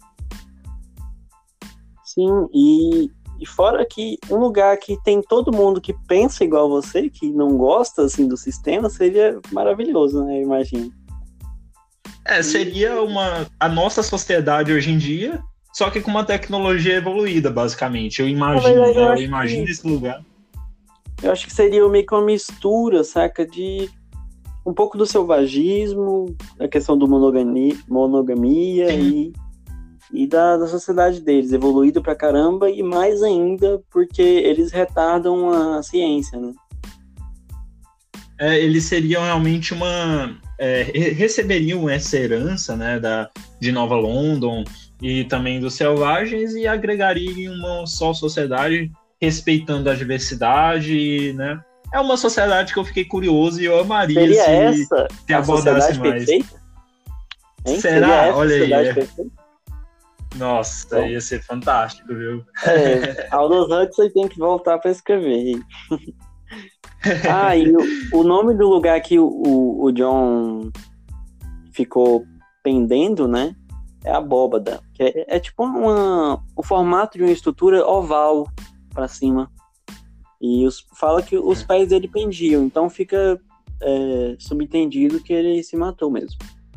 Sim, e, e fora que um lugar que tem todo mundo que pensa igual você, que não gosta assim do sistema, seria maravilhoso, né? Eu imagino. É, seria uma, a nossa sociedade hoje em dia, só que com uma tecnologia evoluída, basicamente. Eu imagino, verdade, eu, né? eu imagino que, esse lugar. Eu acho que seria meio que uma mistura, saca? De um pouco do selvagismo, a questão do monogamia, monogamia e, e da, da sociedade deles, evoluído pra caramba, e mais ainda porque eles retardam a ciência, né? É, eles seriam realmente uma... É, receberiam essa herança, né, da, de Nova London e também dos selvagens e agregariam em uma só sociedade, respeitando a diversidade, né? É uma sociedade que eu fiquei curioso e eu amaria Seria se, essa se abordasse mais. Perfeita? Será? Olha aí. É. Nossa, Bom. ia ser fantástico, viu? É, Aldous Huxley tem que voltar para escrever. Ah, e o, o nome do lugar que o, o, o John ficou pendendo, né? É Abóbada. Que é, é tipo uma, o formato de uma estrutura oval para cima. E os, fala que os pés dele pendiam. Então fica é, subentendido que ele se matou mesmo.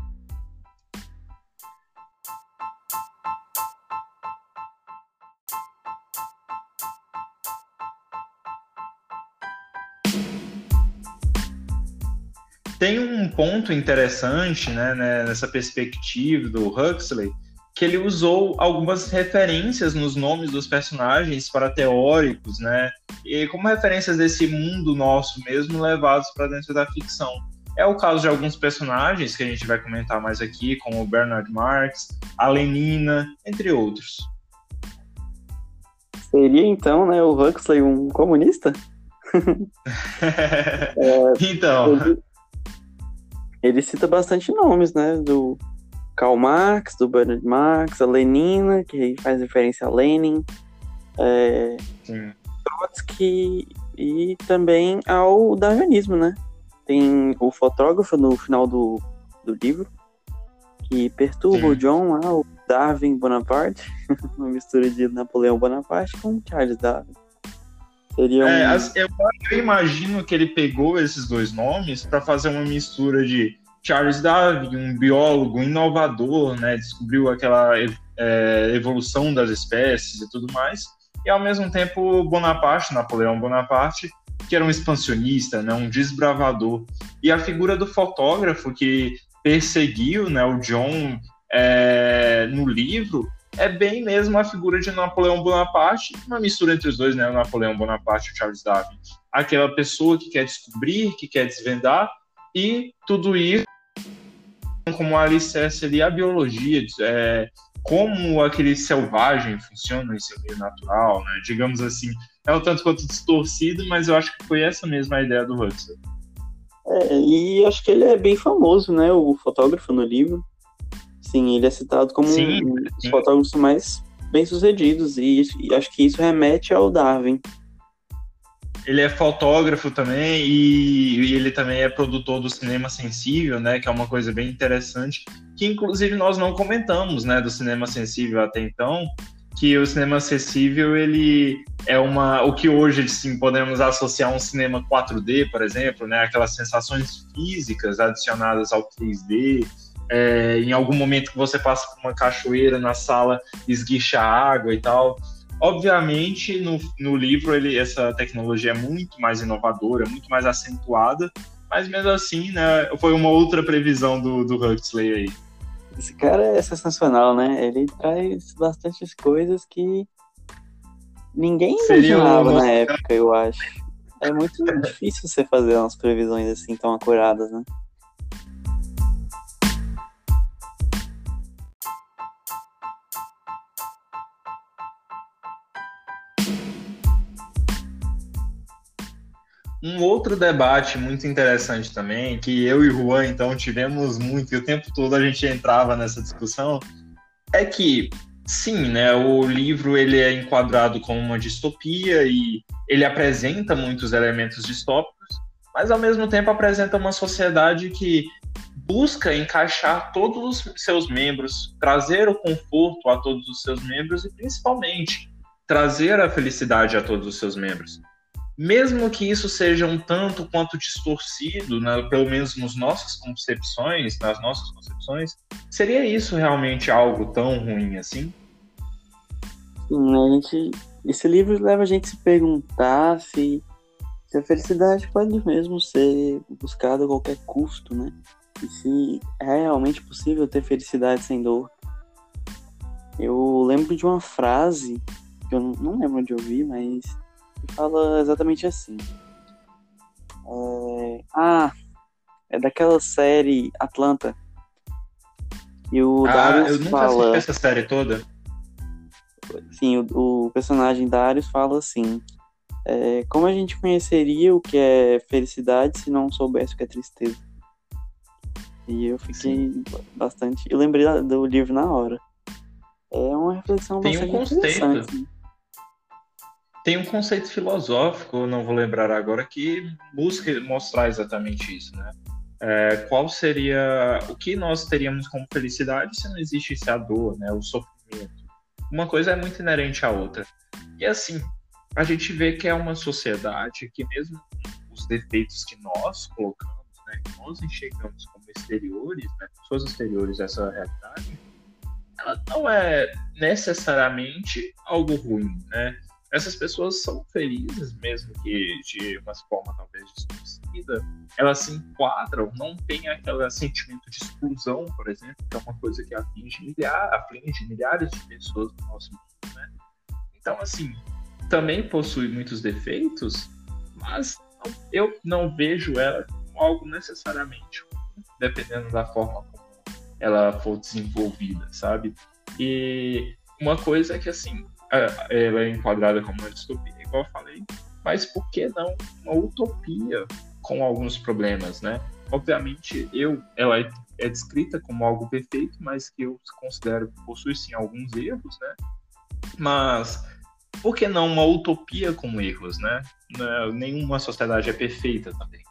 Tem um ponto interessante, né, nessa perspectiva do Huxley, que ele usou algumas referências nos nomes dos personagens para teóricos, né, e como referências desse mundo nosso mesmo levados para dentro da ficção. É o caso de alguns personagens que a gente vai comentar mais aqui, como o Bernard Marx, a Lenina, entre outros. Seria então, né, o Huxley um comunista? é, então... Ele... Ele cita bastante nomes, né? Do Karl Marx, do Bernard Marx, a Lenina, que faz referência a Lenin, é, Trotsky e também ao darwinismo, né? Tem o fotógrafo no final do, do livro que perturba Sim. o John, ah, o Darwin Bonaparte, uma mistura de Napoleão Bonaparte com Charles Darwin. Seria um... é, eu, eu imagino que ele pegou esses dois nomes para fazer uma mistura de Charles Darwin, um biólogo inovador, né, descobriu aquela é, evolução das espécies e tudo mais, e ao mesmo tempo Bonaparte, Napoleão Bonaparte, que era um expansionista, né, um desbravador. E a figura do fotógrafo que perseguiu, né, o John é, no livro é bem mesmo a figura de Napoleão Bonaparte, uma mistura entre os dois, né, o Napoleão Bonaparte e o Charles Darwin. Aquela pessoa que quer descobrir, que quer desvendar, e tudo isso como um alicerce ali a biologia, é, como aquele selvagem funciona em seu meio natural, né, digamos assim. É um tanto quanto distorcido, mas eu acho que foi essa mesma ideia do Huxley. É, e acho que ele é bem famoso, né, o fotógrafo no livro. Sim, ele é citado como Sim, um dos sim. fotógrafos mais bem-sucedidos, e, e acho que isso remete ao Darwin. Ele é fotógrafo também e, e ele também é produtor do cinema sensível, né? Que é uma coisa bem interessante, que inclusive nós não comentamos, né? Do cinema sensível até então, que o cinema sensível ele é uma, o que hoje sim podemos associar a um cinema quatro D, por exemplo, né? Aquelas sensações físicas adicionadas ao três D. É, em algum momento que você passa por uma cachoeira na sala, esguicha água e tal. Obviamente, no, no livro, ele, essa tecnologia é muito mais inovadora, muito mais acentuada, mas mesmo assim, né, foi uma outra previsão do, do Huxley aí. Esse cara é sensacional, né? Ele traz bastantes coisas que ninguém Seria imaginava uma... na época, eu acho. É muito difícil você fazer umas previsões assim tão acuradas, né? Um outro debate muito interessante também, que eu e o Juan, então, tivemos muito, e o tempo todo a gente entrava nessa discussão, é que, sim, né, o livro ele é enquadrado como uma distopia e ele apresenta muitos elementos distópicos, mas ao mesmo tempo apresenta uma sociedade que busca encaixar todos os seus membros, trazer o conforto a todos os seus membros e principalmente trazer a felicidade a todos os seus membros. Mesmo que isso seja um tanto quanto distorcido, né, pelo menos nas nossas concepções, nas nossas concepções, seria isso realmente algo tão ruim assim? Sim, né, a gente, esse livro leva a gente a se perguntar se, se a felicidade pode mesmo ser buscada a qualquer custo, né? E se é realmente possível ter felicidade sem dor. Eu lembro de uma frase, que eu não, não lembro onde eu vi, mas que fala exatamente assim. É... Ah, é daquela série Atlanta. E o Ah, Darius eu nunca assisti fala... essa série toda. Sim, o, o personagem Darius fala assim... É, como a gente conheceria o que é felicidade se não soubesse o que é tristeza? E eu fiquei Sim. bastante... Eu lembrei do livro na hora. É uma reflexão Tem bastante um conceito. interessante. Tem um conceito filosófico, não vou lembrar agora, que busca mostrar exatamente isso, né? É, qual seria... O que nós teríamos como felicidade se não existisse a dor, né? O sofrimento. Uma coisa é muito inerente à outra. E assim, a gente vê que é uma sociedade que mesmo os defeitos que nós colocamos, né, que nós enxergamos como exteriores, né, pessoas exteriores a essa realidade, ela não é necessariamente algo ruim, né? Essas pessoas são felizes, mesmo que de uma forma talvez distorcida, elas se enquadram, não tem aquele sentimento de exclusão, por exemplo, que é uma coisa que atinge, milhares, atinge milhares de pessoas no nosso mundo, né? Então, assim, também possui muitos defeitos, mas eu não vejo ela como algo necessariamente ruim, dependendo da forma como ela for desenvolvida, sabe? E uma coisa é que, assim, ela é enquadrada como uma distopia, igual eu falei, mas por que não uma utopia com alguns problemas, né? Obviamente, eu, ela é, é descrita como algo perfeito, mas que eu considero que possui, sim, alguns erros, né? Mas por que não uma utopia com erros, né? Nenhuma sociedade é perfeita também.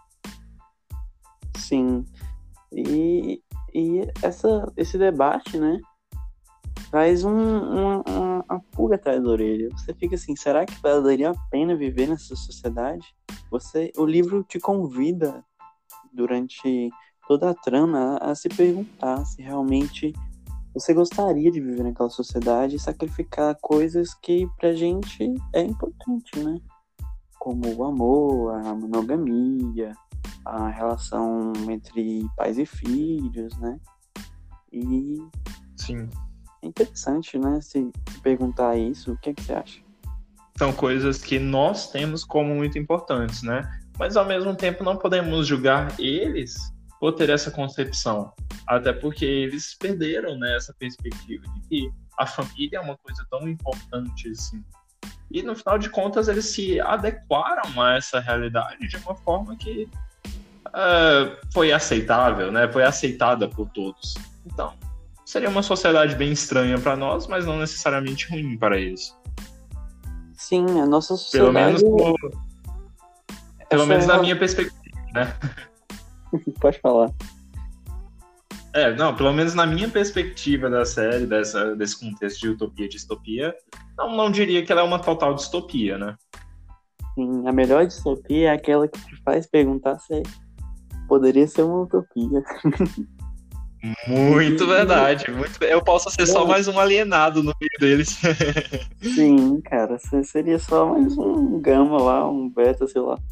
Sim. E, e essa, esse debate, né, traz um, uma, uma, uma pulga atrás da orelha. Você fica assim, será que valeria a pena viver nessa sociedade? Você, o livro te convida, durante toda a trama, a, a se perguntar se realmente você gostaria de viver naquela sociedade e sacrificar coisas que pra gente é importante, né? Como o amor, a monogamia, a relação entre pais e filhos, né? E Sim. é interessante, né? Se perguntar isso, o que é que você acha? São coisas que nós temos como muito importantes, né? Mas ao mesmo tempo não podemos julgar eles por ter essa concepção, até porque eles perderam, né, essa perspectiva de que a família é uma coisa tão importante assim. E no final de contas eles se adequaram a essa realidade de uma forma que uh, foi aceitável, né? Foi aceitada por todos. Então, seria uma sociedade bem estranha para nós, mas não necessariamente ruim para eles. Sim, a nossa Pelo sociedade... menos, pelo essa... menos na minha perspectiva, né? Pode falar. É, não, pelo menos na minha perspectiva da série, dessa, desse contexto de utopia e distopia, não, não diria que ela é uma total distopia, né? Sim, a melhor distopia é aquela que te faz perguntar se poderia ser uma utopia. Muito verdade. Muito... Eu posso ser só mais um alienado no meio deles. Sim, cara, você seria só mais um gama lá, um beta, sei lá.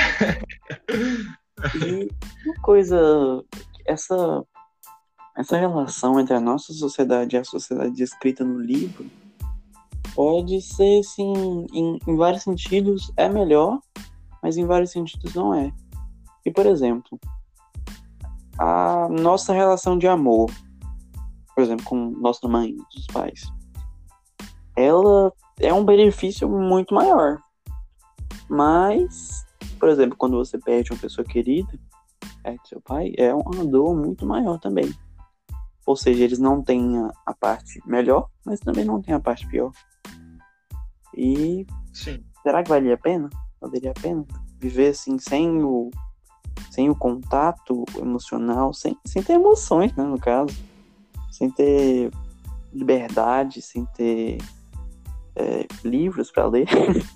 E uma coisa, essa, essa relação entre a nossa sociedade e a sociedade descrita no livro pode ser, sim, em, em vários sentidos é melhor, mas em vários sentidos não é. E, por exemplo, a nossa relação de amor, por exemplo, com nossa mãe, dos pais, ela é um benefício muito maior. Mas, por exemplo, quando você perde uma pessoa querida, é seu pai, é uma dor muito maior também. Ou seja, eles não têm a, a parte melhor, mas também não têm a parte pior. E Sim. Será que valia a pena? Valeria a pena viver assim, sem o, sem o contato emocional, sem, sem ter emoções, né, no caso, sem ter liberdade, sem ter é, livros para ler?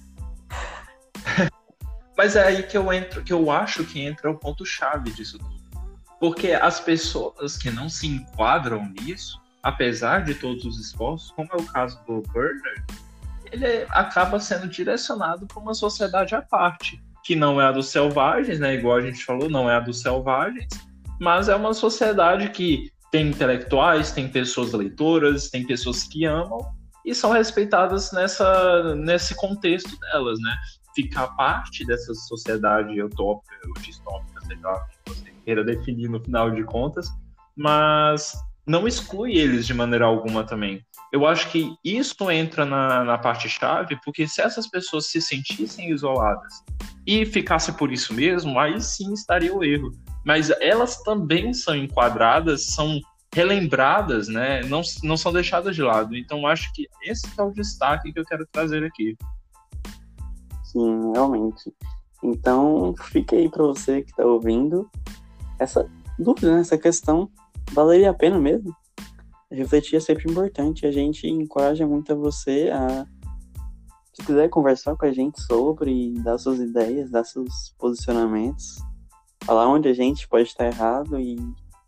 Mas é aí que eu entro, que eu acho que entra o ponto-chave disso tudo. Porque as pessoas que não se enquadram nisso, apesar de todos os esforços, como é o caso do Bernard, ele acaba sendo direcionado para uma sociedade à parte, que não é a dos selvagens, né? Igual a gente falou, não é a dos selvagens, mas é uma sociedade que tem intelectuais, tem pessoas leitoras, tem pessoas que amam e são respeitadas nessa, nesse contexto delas, né? Ficar parte dessa sociedade utópica ou distópica, sei lá, como você queira definir no final de contas, mas não exclui eles de maneira alguma também. Eu acho que isso entra na, na parte chave, porque se essas pessoas se sentissem isoladas e ficassem por isso mesmo, aí sim estaria o erro. Mas elas também são enquadradas, são relembradas, né? Não, não são deixadas de lado. Então acho que esse é o destaque que eu quero trazer aqui. Sim, realmente. Então, fica aí para você que está ouvindo essa dúvida, né? Essa questão, valeria a pena mesmo? Refletir é sempre importante. A gente encoraja muito a você a, se quiser conversar com a gente sobre, dar suas ideias, dar seus posicionamentos, falar onde a gente pode estar errado e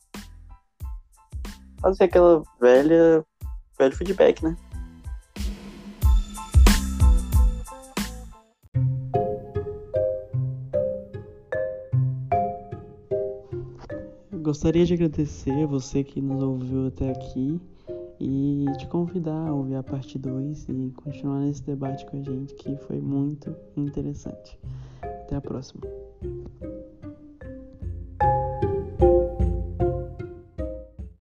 fazer aquela velha, velho feedback, né? Gostaria de agradecer a você que nos ouviu até aqui e te convidar a ouvir a parte dois e continuar nesse debate com a gente, que foi muito interessante. Até a próxima.